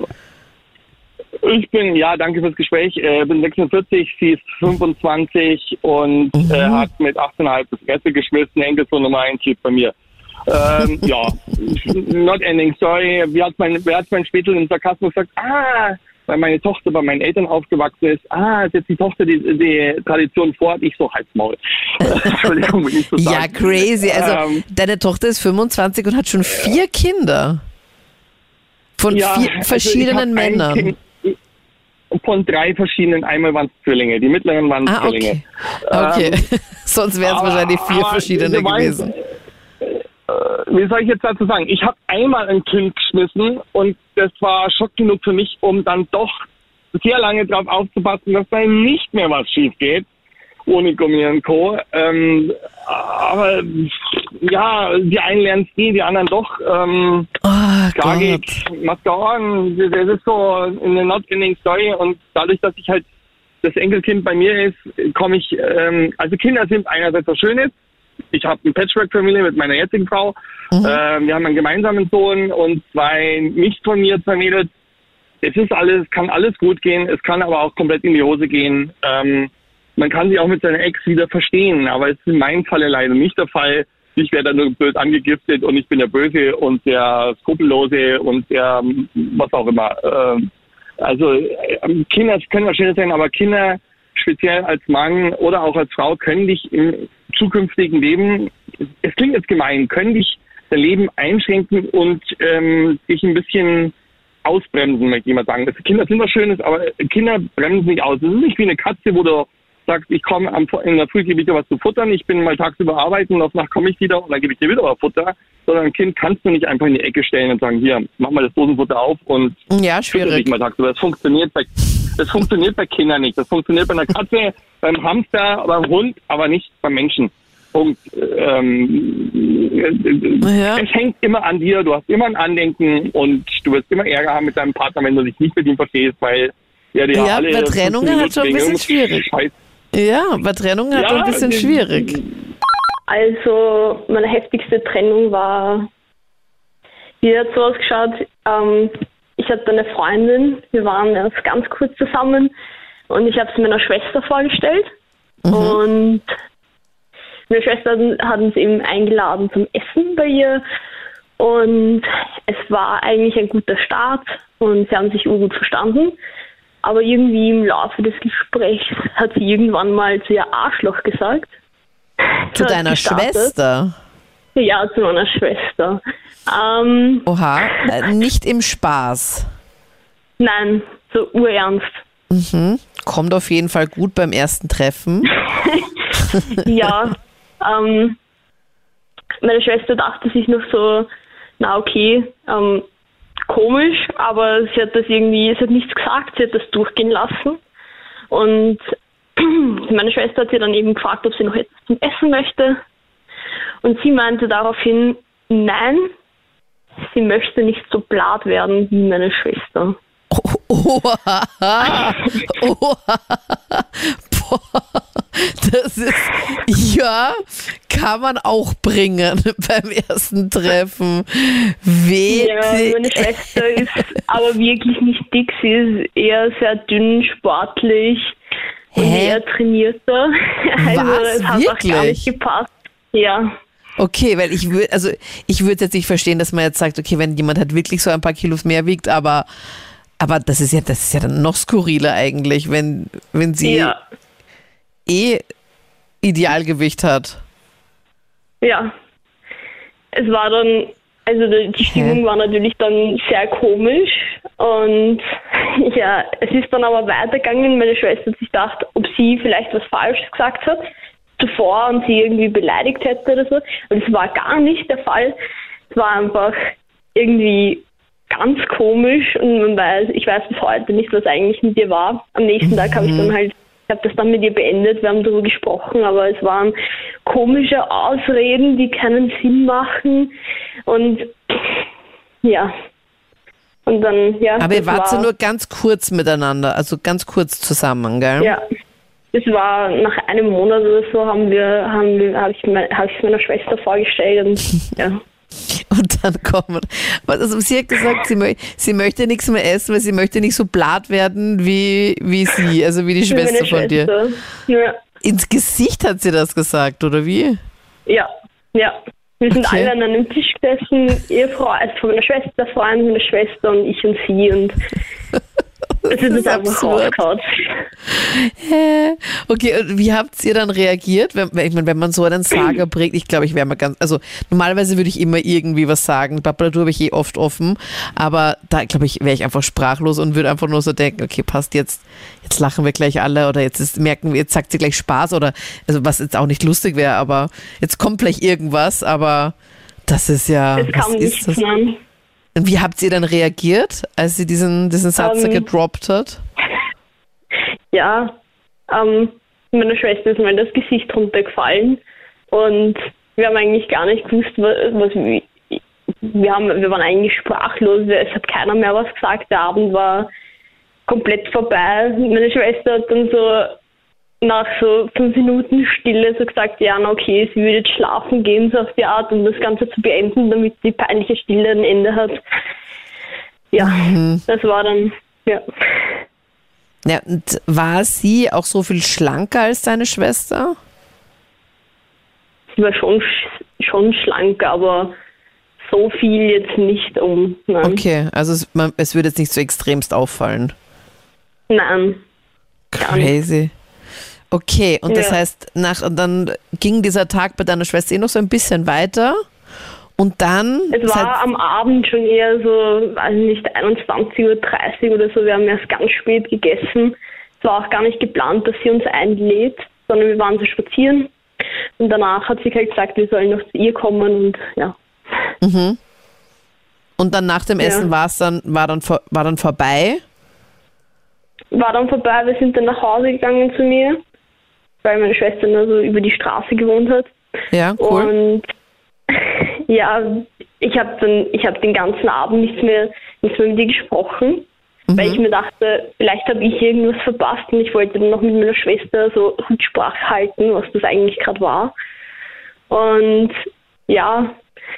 Ich bin, ja, danke fürs Gespräch, äh, bin sechsundvierzig, sie ist fünfundzwanzig und Mhm. äh, hat mit acht Komma fünf das Reste geschmissen, Enkelsohn Nummer eins lebt bei mir. Ähm, ja, not ending story. Wie hat mein, wer hat mein Spätel im Sarkasmus gesagt, ah, weil meine Tochter bei meinen Eltern aufgewachsen ist, ah, ist jetzt die Tochter die, die Tradition fort, ich so, halt's Maul. Entschuldigung, wenn ich so Ja, sagen. crazy. Also Ähm, deine Tochter ist fünfundzwanzig und hat schon vier Kinder. Von ja, vier also verschiedenen ich hab ein Männern. Kind von drei verschiedenen, einmal waren es Zwillinge, die mittleren waren Ah, Zwillinge. okay. Okay, Ähm, sonst wären es aber- wahrscheinlich vier aber verschiedene du weißt, gewesen. Wie soll ich jetzt dazu sagen? Ich habe einmal ein Kind geschmissen und das war Schock genug für mich, um dann doch sehr lange darauf aufzupassen, dass da nicht mehr was schief geht, ohne Gummi und Co. Ähm, aber ja, die einen lernen es nie, die anderen doch. Ähm, Oh Klar geht, Gott. was dauern, das ist so eine not-ending Story und dadurch, dass ich halt das Enkelkind bei mir ist, komme ich, ähm, also Kinder sind einerseits was Schönes. Ich habe eine Patchwork-Familie mit meiner jetzigen Frau. Mhm. Ähm, wir haben einen gemeinsamen Sohn und zwei nicht von mir, zwei Mädels. Es ist alles, kann alles gut gehen, es kann aber auch komplett in die Hose gehen. Ähm, man kann sich auch mit seiner Ex wieder verstehen, aber es ist in meinem Falle leider nicht der Fall. Ich werde dann nur blöd angegiftet und ich bin der Böse und der Skrupellose und der was auch immer. Ähm, also äh, Kinder können was Schönes sein, aber Kinder speziell als Mann oder auch als Frau können dich im zukünftigen Leben, es klingt jetzt gemein, können dich dein Leben einschränken und ähm, dich ein bisschen ausbremsen, möchte ich mal sagen. Das, Kinder sind was Schönes, aber Kinder bremsen nicht aus. Es ist nicht wie eine Katze, wo du sagst, ich komme in der Früh, gebe ich dir was zu futtern, ich bin mal tagsüber arbeiten und auf Nacht komme ich wieder und dann gebe ich dir wieder was Futter, sondern ein Kind kannst du nicht einfach in die Ecke stellen und sagen, hier, mach mal das Dosenfutter auf und ja, fütter dich mal tagsüber. Das funktioniert bei, das funktioniert bei Kindern nicht. Das funktioniert bei einer Katze, beim Hamster, beim Hund, aber nicht beim Menschen. Punkt. Ähm, ja. Es hängt immer an dir, du hast immer ein Andenken und du wirst immer Ärger haben mit deinem Partner, wenn du dich nicht mit ihm verstehst, weil ja, die ja alle bei Trennungen halt schon ein bisschen schwierig. Scheiß. Ja, bei Trennungen halt ja, ein bisschen schwierig. Also meine heftigste Trennung war, wie hat so ausgeschaut, ähm, ich hatte eine Freundin, wir waren erst ganz kurz zusammen und ich habe es meiner Schwester vorgestellt mhm. und meine Schwester hat uns eben eingeladen zum Essen bei ihr und es war eigentlich ein guter Start und sie haben sich urgut verstanden. Aber irgendwie im Laufe des Gesprächs hat sie irgendwann mal zu ihr Arschloch gesagt. Zu deiner Schwester? Ja, zu meiner Schwester. Ähm, Oha, äh, nicht im Spaß. Nein, so urernst. Mhm. Kommt auf jeden Fall gut beim ersten Treffen. Ja, ähm, meine Schwester dachte sich noch so, na okay, ähm, komisch, aber sie hat das irgendwie, sie hat nichts gesagt, sie hat das durchgehen lassen. Und meine Schwester hat sie dann eben gefragt, ob sie noch etwas zum Essen möchte. Und sie meinte daraufhin, nein, sie möchte nicht so blatt werden wie meine Schwester. Oha, oha, boah, das ist, ja, kann man auch bringen beim ersten Treffen. W T F. Ja, meine Schwester ist aber wirklich nicht dick, sie ist eher sehr dünn, sportlich und Hä? eher trainierter. Also Was? es hat Wirklich? auch gar nicht gepasst. Ja. Okay, weil ich würde, also ich würde jetzt nicht verstehen, dass man jetzt sagt, okay, wenn jemand halt wirklich so ein paar Kilos mehr wiegt, aber aber das ist ja, das ist ja dann noch skurriler eigentlich, wenn wenn sie Ja. eh Idealgewicht hat. Ja. Es war dann, also die Stimmung Hä? war natürlich dann sehr komisch und ja, es ist dann aber weitergegangen. Meine Schwester hat sich gedacht, ob sie vielleicht was Falsches gesagt hat zuvor und sie irgendwie beleidigt hätte oder so. Und es war gar nicht der Fall. Es war einfach irgendwie ganz komisch und man weiß, ich weiß bis heute nicht, was eigentlich mit ihr war. Am nächsten Tag habe ich dann halt, ich habe das dann mit ihr beendet, wir haben darüber gesprochen, aber es waren komische Ausreden, die keinen Sinn machen und ja. Und dann, ja. Aber ihr wart so war, nur ganz kurz miteinander, also ganz kurz zusammen, gell? Ja. Es war nach einem Monat oder so, haben wir, haben wir, habe ich, mein, hab ich meiner Schwester vorgestellt und ja. Und dann kommen. Also sie hat gesagt, sie, mö- sie möchte nichts mehr essen, weil sie möchte nicht so blatt werden wie, wie sie, also wie die Schwester Meine von dir. Schwester. Ja. Ins Gesicht hat sie das gesagt, oder wie? Ja, ja. Wir sind Okay. alle an einem Tisch gesessen, Ehefrau, also von meiner Schwester, Freund, meine Schwester und ich und sie und es ist ist einfach absurd. rausgehauen. Hä? Okay, und wie habt ihr dann reagiert? Wenn, ich meine, wenn man so einen Sager bringt, ich glaube, ich wäre mal ganz, also normalerweise würde ich immer irgendwie was sagen. Papalatour habe ich eh oft offen, aber da glaube ich, wäre ich einfach sprachlos und würde einfach nur so denken, okay, passt jetzt, jetzt lachen wir gleich alle oder jetzt ist, merken wir, jetzt sagt sie gleich Spaß oder, also was jetzt auch nicht lustig wäre, aber jetzt kommt gleich irgendwas, aber das ist ja, Es was kam ist nichts das? mehr an. Und wie habt ihr dann reagiert, als sie diesen, diesen Satz Ähm, gedroppt hat? Ja, ähm, meiner Schwester ist mal das Gesicht runtergefallen und wir haben eigentlich gar nicht gewusst, was, was wir, wir haben, wir waren eigentlich sprachlos, es hat keiner mehr was gesagt, der Abend war komplett vorbei. Meine Schwester hat dann so nach so fünf Minuten Stille so gesagt, ja, na okay, sie würde jetzt schlafen gehen, so auf die Art, um das Ganze zu beenden, damit die peinliche Stille ein Ende hat. Ja, Mhm. das war dann, ja. Ja, und war sie auch so viel schlanker als deine Schwester? Sie war schon, schon schlank, aber so viel jetzt nicht um. Nein. Okay, also es, man, es würde jetzt nicht so extremst auffallen. Nein. Gar nicht. Crazy. Okay, und das Ja. heißt, nach, und dann ging dieser Tag bei deiner Schwester eh noch so ein bisschen weiter und dann... Es war seit- am Abend schon eher so, weiß nicht, einundzwanzig Uhr dreißig oder so. Wir haben erst ganz spät gegessen. Es war auch gar nicht geplant, dass sie uns einlädt, sondern wir waren so spazieren. Und danach hat sie halt gesagt, wir sollen noch zu ihr kommen und ja. Mhm. Und dann nach dem Ja. Essen war's dann, war, dann, vor- war dann vorbei? War dann vorbei, wir sind dann nach Hause gegangen zu mir, weil meine Schwester nur so über die Straße gewohnt hat. Ja, cool. Und ja, ich habe dann, ich habe den ganzen Abend nichts mehr, nichts mehr mit ihr gesprochen, Mhm. weil ich mir dachte, vielleicht habe ich irgendwas verpasst und ich wollte dann noch mit meiner Schwester so Rücksprache halten, was das eigentlich gerade war. Und ja,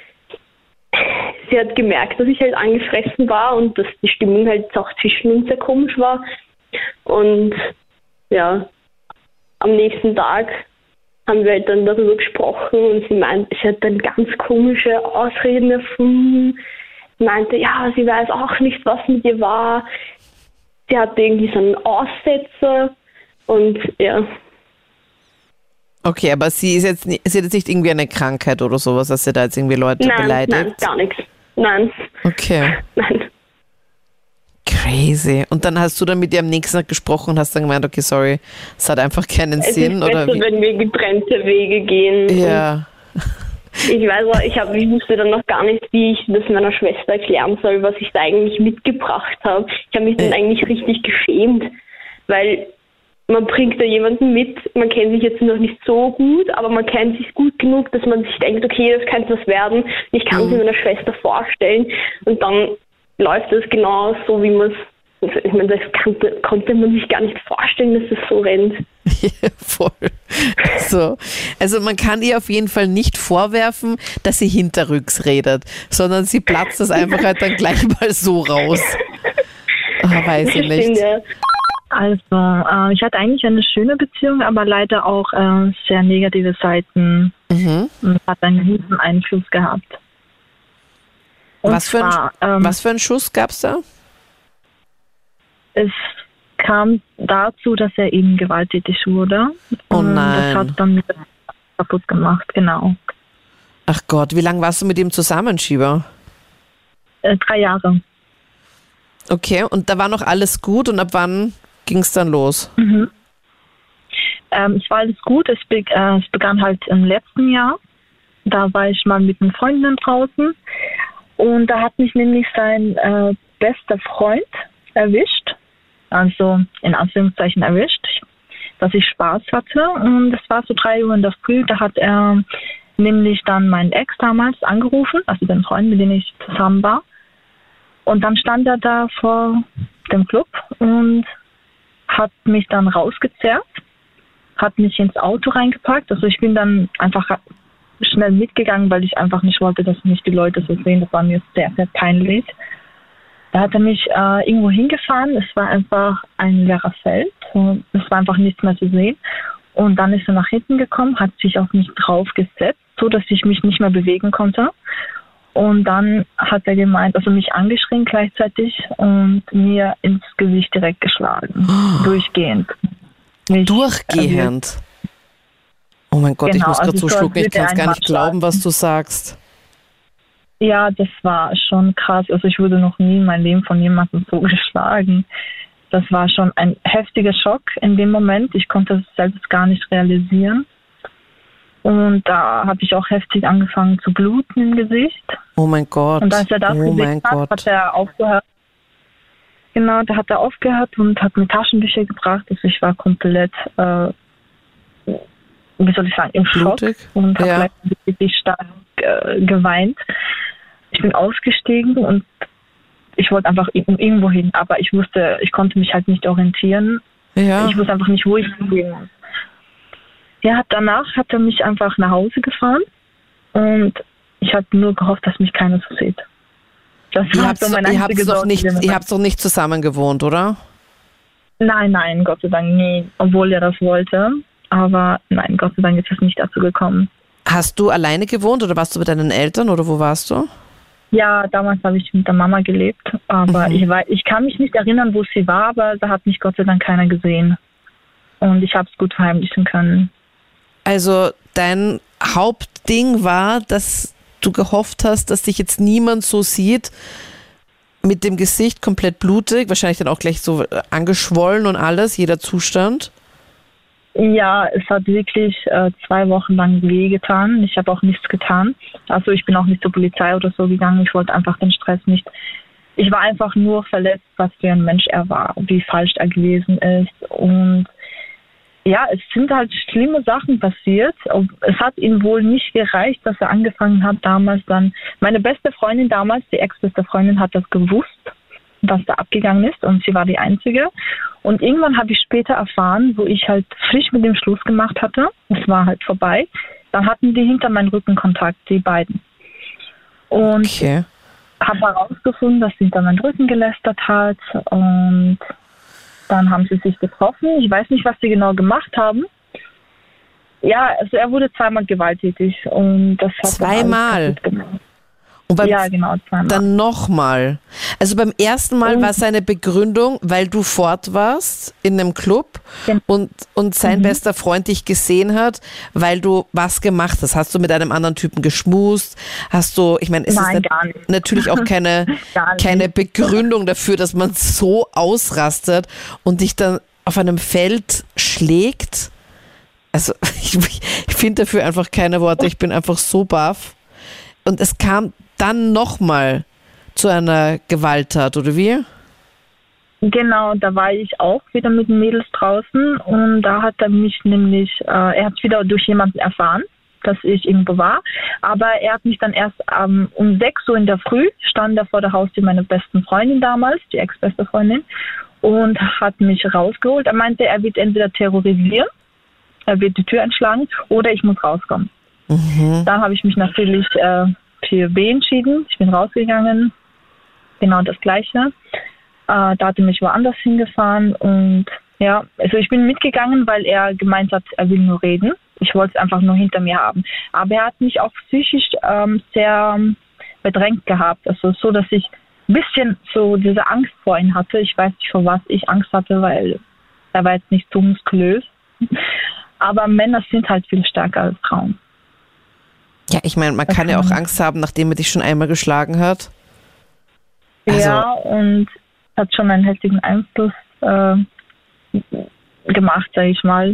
sie hat gemerkt, dass ich halt angefressen war und dass die Stimmung halt auch zwischen uns sehr komisch war. Und ja, am nächsten Tag haben wir halt dann darüber gesprochen und sie meinte, sie hat dann ganz komische Ausreden erfunden. Sie meinte, ja, sie weiß auch nicht, was mit ihr war. Sie hatte irgendwie so einen Aussetzer und ja. Okay, aber sie ist jetzt nicht, sie hat jetzt nicht irgendwie eine Krankheit oder sowas, dass sie da jetzt irgendwie Leute Nein, beleidigt? nein, gar nichts. Nein, Okay, nein. crazy. Und dann hast du dann mit ihr am nächsten Tag gesprochen und hast dann gemeint, okay, sorry, es hat einfach keinen Es Sinn, ist oder besser, wie? wenn wir getrennte Wege gehen. Ja, Ich weiß auch, ich, hab, ich wusste dann noch gar nicht, wie ich das meiner Schwester erklären soll, was ich da eigentlich mitgebracht habe. Ich habe mich dann Äh. eigentlich richtig geschämt, weil man bringt da jemanden mit, man kennt sich jetzt noch nicht so gut, aber man kennt sich gut genug, dass man sich denkt, okay, das könnte was werden. Ich kann es Mhm. meiner Schwester vorstellen und dann läuft es genau so, wie man es, also ich meine, das konnte, konnte man sich gar nicht vorstellen, dass es so rennt. ja, voll. So. Also man kann ihr auf jeden Fall nicht vorwerfen, dass sie hinterrücks redet, sondern sie platzt das einfach halt dann gleich mal so raus. Ah, weiß ich Das stimmt, nicht. ja. Also, äh, ich hatte eigentlich eine schöne Beziehung, aber leider auch äh, sehr negative Seiten. Mhm. Und hat einen riesen Einfluss gehabt. Und Was für, ein, zwar, ähm, was für einen Schuss gab's da? es kam dazu, dass er eben gewalttätig wurde. Oh Und nein. das hat dann kaputt gemacht, genau. Ach Gott, wie lange warst du mit ihm zusammen, Shiva? Äh, drei Jahre. Okay, und da war noch alles gut und ab wann ging's dann los? Mhm. Ähm, es war alles gut. Es, be äh, es begann halt im letzten Jahr. Da war ich mal mit einer Freundin draußen. Und da hat mich nämlich sein äh, bester Freund erwischt. Also in Anführungszeichen erwischt, dass ich Spaß hatte. Und es war so drei Uhr in der Früh. Da hat er nämlich dann meinen Ex damals angerufen, also den Freund, mit dem ich zusammen war. Und dann stand er da vor dem Club und hat mich dann rausgezerrt, hat mich ins Auto reingepackt. Also ich bin dann einfach schnell mitgegangen, weil ich einfach nicht wollte, dass mich die Leute so sehen. Das war mir sehr, sehr peinlich. Da hat er mich äh, irgendwo hingefahren. Es war einfach ein leerer Feld. Es war einfach nichts mehr zu sehen. Und dann ist er nach hinten gekommen, hat sich auf mich draufgesetzt, so dass ich mich nicht mehr bewegen konnte. Und dann hat er gemeint, also mich angeschrien gleichzeitig und mir ins Gesicht direkt geschlagen. Oh. Durchgehend. Mich, Durchgehend? Oh mein Gott, ich Genau, muss gerade also so so, schlucken, als ich würde kann es er gar einen nicht glauben, schlagen. was du sagst. Ja, das war schon krass. Also ich wurde noch nie in meinem Leben von jemandem so geschlagen. Das war schon ein heftiger Schock in dem Moment. Ich konnte es selbst gar nicht realisieren. Und da habe ich auch heftig angefangen zu bluten im Gesicht. Oh mein Gott. Und als er das oh gesehen mein hat, Gott. hat er aufgehört. Genau, da hat er aufgehört und hat mir Taschentücher gebracht. Also ich war komplett, äh, wie soll ich sagen, im Schock Blutig? und habe Ja. gleichzeitig stark äh, geweint. Ich bin ausgestiegen und ich wollte einfach ir- irgendwo hin, aber ich wusste, ich konnte mich halt nicht orientieren. Ja. Ich wusste einfach nicht, wo ich hingehen muss. Ja, danach hat er mich einfach nach Hause gefahren und ich habe nur gehofft, dass mich keiner so sieht. Das Ihr war habt so mein ihr habt's einziges doch Sorge nicht, in dem ihr Moment. habt doch nicht zusammen gewohnt, oder? Nein, nein, Gott sei Dank nie, obwohl er das wollte. Aber nein, Gott sei Dank ist es nicht dazu gekommen. Hast du alleine gewohnt oder warst du bei deinen Eltern oder wo warst du? Ja, damals habe ich mit der Mama gelebt, aber Mhm. ich, weiß, ich kann mich nicht erinnern, wo sie war, aber da hat mich Gott sei Dank keiner gesehen. Und ich habe es gut verheimlichen können. Also dein Hauptding war, dass du gehofft hast, dass dich jetzt niemand so sieht, mit dem Gesicht komplett blutig, wahrscheinlich dann auch gleich so angeschwollen und alles, jeder Zustand. Ja, es hat wirklich äh, zwei Wochen lang wehgetan. Ich habe auch nichts getan. Also ich bin auch nicht zur Polizei oder so gegangen. Ich wollte einfach den Stress nicht. Ich war einfach nur verletzt, was für ein Mensch er war, wie falsch er gewesen ist. Und ja, es sind halt schlimme Sachen passiert. Es hat ihm wohl nicht gereicht, dass er angefangen hat damals dann. Meine beste Freundin damals, die ex-beste Freundin, hat das gewusst, was da abgegangen ist, und sie war die Einzige. Und irgendwann habe ich später erfahren, wo ich halt frisch mit dem Schluss gemacht hatte, es war halt vorbei, dann hatten die hinter meinen Rücken Kontakt, die beiden. Und Okay. habe herausgefunden, dass sie hinter meinen Rücken gelästert hat, und dann haben sie sich getroffen. Ich weiß nicht, was sie genau gemacht haben. Ja, also er wurde zweimal gewalttätig und das hat dann alles Zweimal? kaputt gemacht. Und beim Ja, genau, zweimal. Dann nochmal. Also beim ersten Mal Und- war seine Begründung, weil du fort warst in einem Club Gen- und, und sein Mhm. bester Freund dich gesehen hat, weil du was gemacht hast. Hast du mit einem anderen Typen geschmust? Hast du, ich meine, es Nein, ist gar nicht. natürlich auch keine, Gar nicht. keine Begründung dafür, dass man so ausrastet und dich dann auf einem Feld schlägt. Also ich, ich finde dafür einfach keine Worte. Ich bin einfach so baff. Und es kam dann nochmal zu einer Gewalttat, oder wie? Genau, da war ich auch wieder mit den Mädels draußen, und da hat er mich nämlich, äh, er hat es wieder durch jemanden erfahren, dass ich irgendwo war, aber er hat mich dann erst ähm, um sechs Uhr in der Früh, stand er vor der Haustür meiner besten Freundin damals, die ex-beste Freundin, und hat mich rausgeholt. Er meinte, er wird entweder terrorisieren, er wird die Tür einschlagen, oder ich muss rauskommen. Mhm. Dann habe ich mich natürlich äh, für B entschieden. Ich bin rausgegangen. Genau das Gleiche. Äh, da hat er mich woanders hingefahren. Und ja, also ich bin mitgegangen, weil er gemeint hat, er will nur reden. Ich wollte es einfach nur hinter mir haben. Aber er hat mich auch psychisch ähm, sehr ähm, bedrängt gehabt. Also so, dass ich ein bisschen so diese Angst vor ihm hatte. Ich weiß nicht, vor was ich Angst hatte, weil er war jetzt nicht so muskulös. Aber Männer sind halt viel stärker als Frauen. Ja, ich meine, man kann ja auch Angst haben, nachdem er dich schon einmal geschlagen hat. Also- Ja, und hat schon einen heftigen Einfluss äh, gemacht, sage ich mal.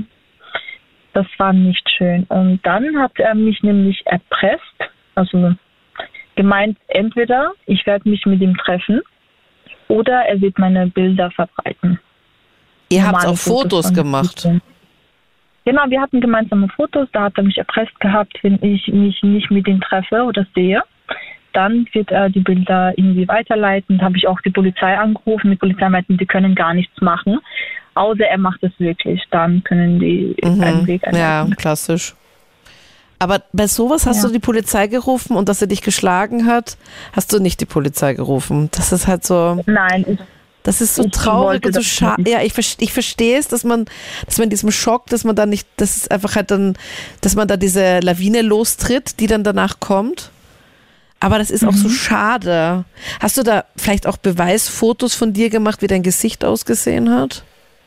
Das war nicht schön. Und dann hat er mich nämlich erpresst, also gemeint, entweder ich werde mich mit ihm treffen oder er wird meine Bilder verbreiten. Ihr habt Normale auch Fotos von gemacht. ihm. Genau, wir hatten gemeinsame Fotos, da hat er mich erpresst gehabt, wenn ich mich nicht mit ihm treffe oder sehe. Dann wird er die Bilder irgendwie weiterleiten. Da habe ich auch die Polizei angerufen. Die Polizei meinten, die können gar nichts machen. Außer er macht es wirklich. Dann können die einen Mhm. Weg Ja, einleiten. klassisch. Aber bei sowas hast Ja. du die Polizei gerufen, und dass er dich geschlagen hat, hast du nicht die Polizei gerufen. Das ist halt so, Nein, ich, das ist so Ich traurig wollte und so das schade. nicht. Ja, ich, verste- ich verstehe es, dass man, dass man in diesem Schock, dass man da nicht, das ist einfach halt dann, dass man da diese Lawine lostritt, die dann danach kommt. Aber das ist auch Mhm. so schade. Hast du da vielleicht auch Beweisfotos von dir gemacht, wie dein Gesicht ausgesehen hat?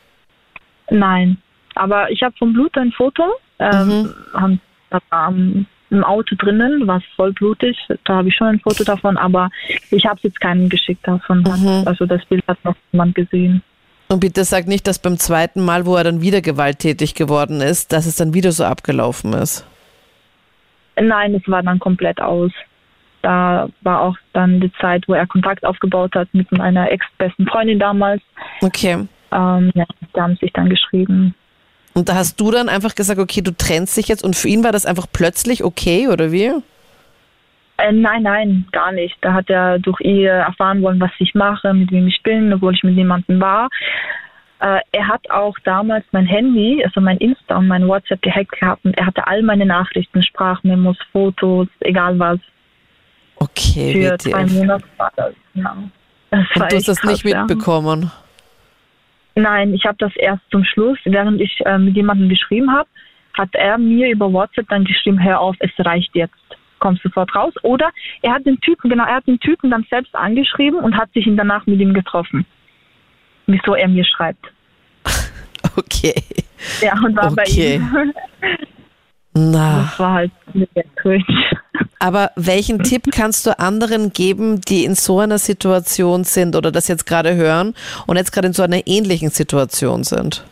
nein. Aber ich habe vom Blut ein Foto. Ähm, Mhm. haben- Das war am- im Auto drinnen, war voll blutig. Da habe ich schon ein Foto davon, aber ich habe es jetzt keinem geschickt davon. Mhm. Also das Bild hat noch jemand gesehen. Und bitte sag nicht, dass beim zweiten Mal, wo er dann wieder gewalttätig geworden ist, dass es dann wieder so abgelaufen ist. Nein, es war dann komplett aus. Da war auch dann die Zeit, wo er Kontakt aufgebaut hat mit meiner ex-besten Freundin damals. Okay. Ähm, ja, da haben sie sich dann geschrieben. Und da hast du dann einfach gesagt, okay, du trennst dich jetzt, und für ihn war das einfach plötzlich okay, oder wie? Äh, nein, nein, gar nicht. Da hat er durch ihr erfahren wollen, was ich mache, mit wem ich bin, obwohl ich mit niemandem war. Äh, er hat auch damals mein Handy, also mein Insta und mein WhatsApp gehackt gehabt, und er hatte all meine Nachrichten, Sprachmemos, Fotos, egal was. Okay, Für W T zwei F. Monate war das. Ja. Das war Und du hast echt das nicht krass, ja. mitbekommen. Nein, ich habe das erst zum Schluss, während ich äh, mit jemandem geschrieben habe, hat er mir über WhatsApp dann geschrieben, hör auf, es reicht jetzt, komm sofort raus. Oder er hat den Typen, genau, er hat den Typen dann selbst angeschrieben und hat sich ihn danach mit ihm getroffen. Wieso er mir schreibt. Okay. Ja, und war Okay. bei ihm. Na, Das war halt sehr cringe. Aber welchen Tipp kannst du anderen geben, die in so einer Situation sind oder das jetzt gerade hören und jetzt gerade in so einer ähnlichen Situation sind?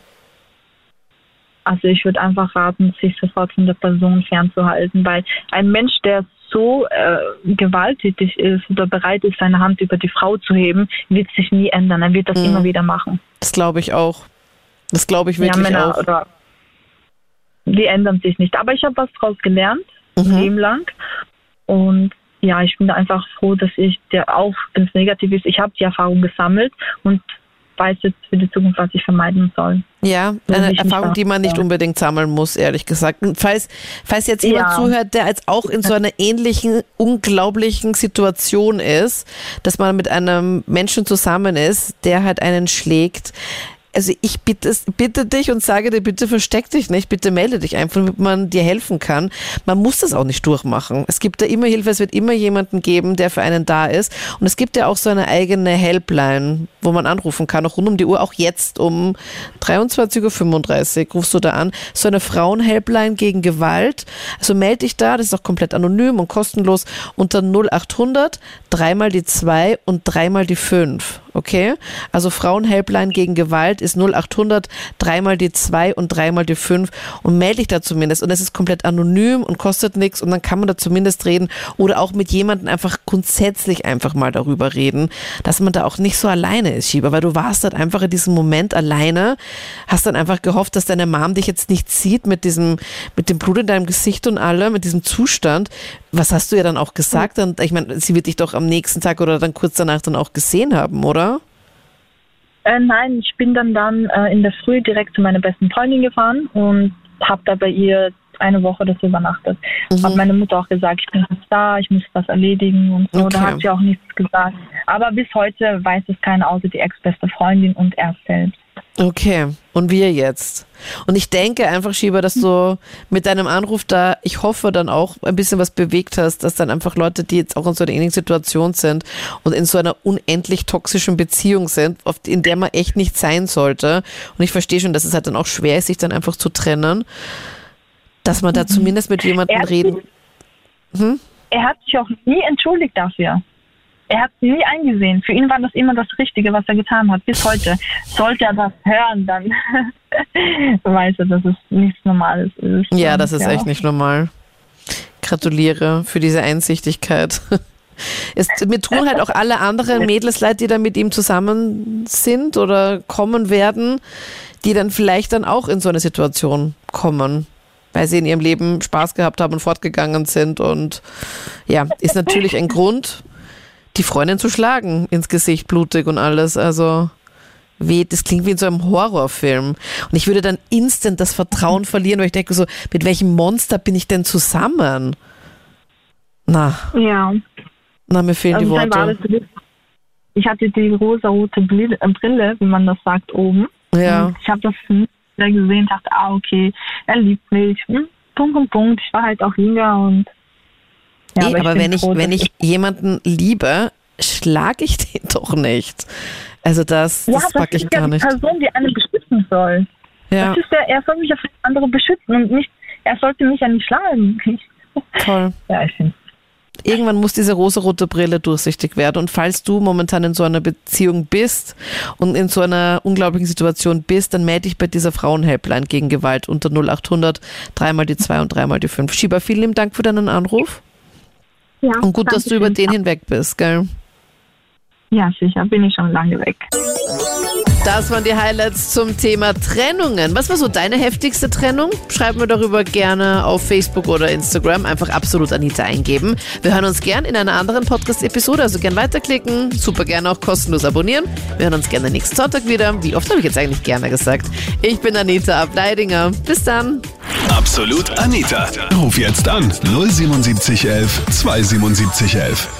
Also ich würde einfach raten, sich sofort von der Person fernzuhalten, weil ein Mensch, der so äh, gewalttätig ist oder bereit ist, seine Hand über die Frau zu heben, wird sich nie ändern. Er wird das mhm. immer wieder machen. Das glaube ich auch. Das glaube ich wirklich ja, Männer, auch. Oder, die ändern sich nicht. Aber ich habe was draus gelernt, Mhm. ein Leben lang. Und ja, ich bin da einfach froh, dass ich, der auch, wenn es negativ ist, ich habe die Erfahrung gesammelt und weiß jetzt für die Zukunft, was ich vermeiden soll. Ja, eine Erfahrung, die man nicht unbedingt sammeln muss, ehrlich gesagt. Und falls, falls jetzt jemand Ja. zuhört, der jetzt auch in so einer ähnlichen, unglaublichen Situation ist, dass man mit einem Menschen zusammen ist, der halt einen schlägt. Also ich bitte, bitte dich und sage dir, bitte versteck dich nicht, bitte melde dich einfach, damit man dir helfen kann. Man muss das auch nicht durchmachen. Es gibt da immer Hilfe, es wird immer jemanden geben, der für einen da ist. Und es gibt ja auch so eine eigene Helpline, wo man anrufen kann, auch rund um die Uhr, auch jetzt um dreiundzwanzig Uhr fünfunddreißig rufst du da an. So eine Frauen-Helpline gegen Gewalt. Also melde dich da, das ist auch komplett anonym und kostenlos unter null achthundert, dreimal die zwei und dreimal die fünf. Okay? Also Frauen-Helpline gegen Gewalt ist null achthundert, dreimal die zwei und dreimal die fünf und melde dich da zumindest. Und es ist komplett anonym und kostet nichts und dann kann man da zumindest reden oder auch mit jemandem einfach grundsätzlich einfach mal darüber reden, dass man da auch nicht so alleine ist, Schieber, weil du warst halt einfach in diesem Moment alleine, hast dann einfach gehofft, dass deine Mom dich jetzt nicht sieht mit diesem, mit dem Blut in deinem Gesicht und allem, mit diesem Zustand. Was hast du ihr dann auch gesagt? Und ich meine, sie wird dich doch am nächsten Tag oder dann kurz danach dann auch gesehen haben, oder? Äh, nein, ich bin dann dann äh, in der Früh direkt zu meiner besten Freundin gefahren und habe da bei ihr eine Woche das übernachtet. Mhm. Hat meine Mutter auch gesagt, ich bin jetzt da, ich muss was erledigen und so. Okay. Da hat sie auch nichts gesagt. Aber bis heute weiß es keiner außer die ex-beste Freundin und er selbst. Okay, und wir jetzt? Und ich denke einfach, Schieber, dass du mit deinem Anruf da, ich hoffe, dann auch ein bisschen was bewegt hast, dass dann einfach Leute, die jetzt auch in so einer ähnlichen Situation sind und in so einer unendlich toxischen Beziehung sind, in der man echt nicht sein sollte. Und ich verstehe schon, dass es halt dann auch schwer ist, sich dann einfach zu trennen, dass man da zumindest mit jemandem reden. Hm? Er hat sich auch nie entschuldigt dafür. Er hat sie nie eingesehen. Für ihn war das immer das Richtige, was er getan hat, bis heute. Sollte er das hören, dann weiß er, dass es nichts Normales ist. Ja, das ist ja. echt nicht normal. Gratuliere für diese Einsichtigkeit. Es, mir tun halt auch alle anderen Mädels leid, die da mit ihm zusammen sind oder kommen werden, die dann vielleicht dann auch in so eine Situation kommen, weil sie in ihrem Leben Spaß gehabt haben und fortgegangen sind. Und ja, ist natürlich ein Grund, die Freundin zu schlagen, ins Gesicht blutig und alles. Also, weh, das klingt wie in so einem Horrorfilm. Und ich würde dann instant das Vertrauen verlieren, weil ich denke so, mit welchem Monster bin ich denn zusammen? Na. Ja. Na, mir fehlen also die Worte. Ich hatte die rosa-rote Brille, wie man das sagt, oben. Ja. Und ich habe das wieder gesehen, dachte, ah, okay, er liebt mich. Hm, Punkt und Punkt. Ich war halt auch jünger und ja, nee, aber, aber wenn ich, froh, wenn ich jemanden liebe, schlage ich den doch nicht. Also das, ja, das packe ich gar nicht. Das ist ja die Person, die einen beschützen soll. Ja. Das ist der, er soll mich auf andere beschützen und nicht, er sollte mich ja nicht schlagen. Toll. Ja, ich finde. Irgendwann muss diese rosarote Brille durchsichtig werden. Und falls du momentan in so einer Beziehung bist und in so einer unglaublichen Situation bist, dann melde dich bei dieser Frauenhelpline gegen Gewalt unter null achthundert, dreimal die zwei und dreimal die fünf. Schieber, vielen lieben Dank für deinen Anruf. Ja, und gut, dass du über den hinweg bist, gell? Ja, sicher, bin ich schon lange weg. Das waren die Highlights zum Thema Trennungen. Was war so deine heftigste Trennung? Schreib mir darüber gerne auf Facebook oder Instagram. Einfach absolut Anita eingeben. Wir hören uns gern in einer anderen Podcast-Episode, also gern weiterklicken. Super gerne auch kostenlos abonnieren. Wir hören uns gerne nächsten Sonntag wieder. Wie oft habe ich jetzt eigentlich gerne gesagt? Ich bin Anita Ableidinger. Bis dann. Absolut Anita. Ruf jetzt an null siebenundsiebzig elf zwei siebenundsiebzig elf.